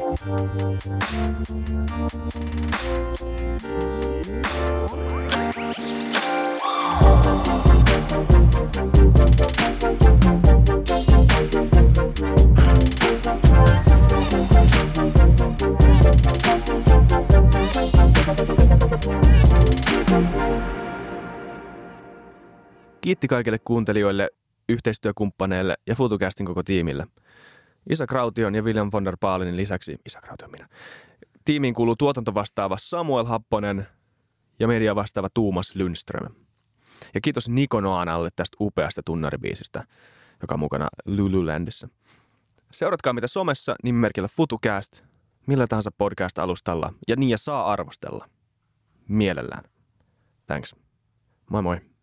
A: Kiitti kaikille kuuntelijoille, yhteistyökumppaneille ja FutuCastin koko tiimille. Isa Kraution ja William von der Baalenin lisäksi, Isa Kraution minä, tiimiin kuuluu tuotantovastaava Samuel Happonen ja media vastaava Tuumas Lundström. Ja kiitos Niko Noanalle tästä upeasta tunnaribiisistä, joka on mukana Lululandissa. Seuratkaa mitä somessa nimimerkillä FutuCast, millä tahansa podcast-alustalla ja niin ja saa arvostella. Mielellään. Thanks. Moi moi.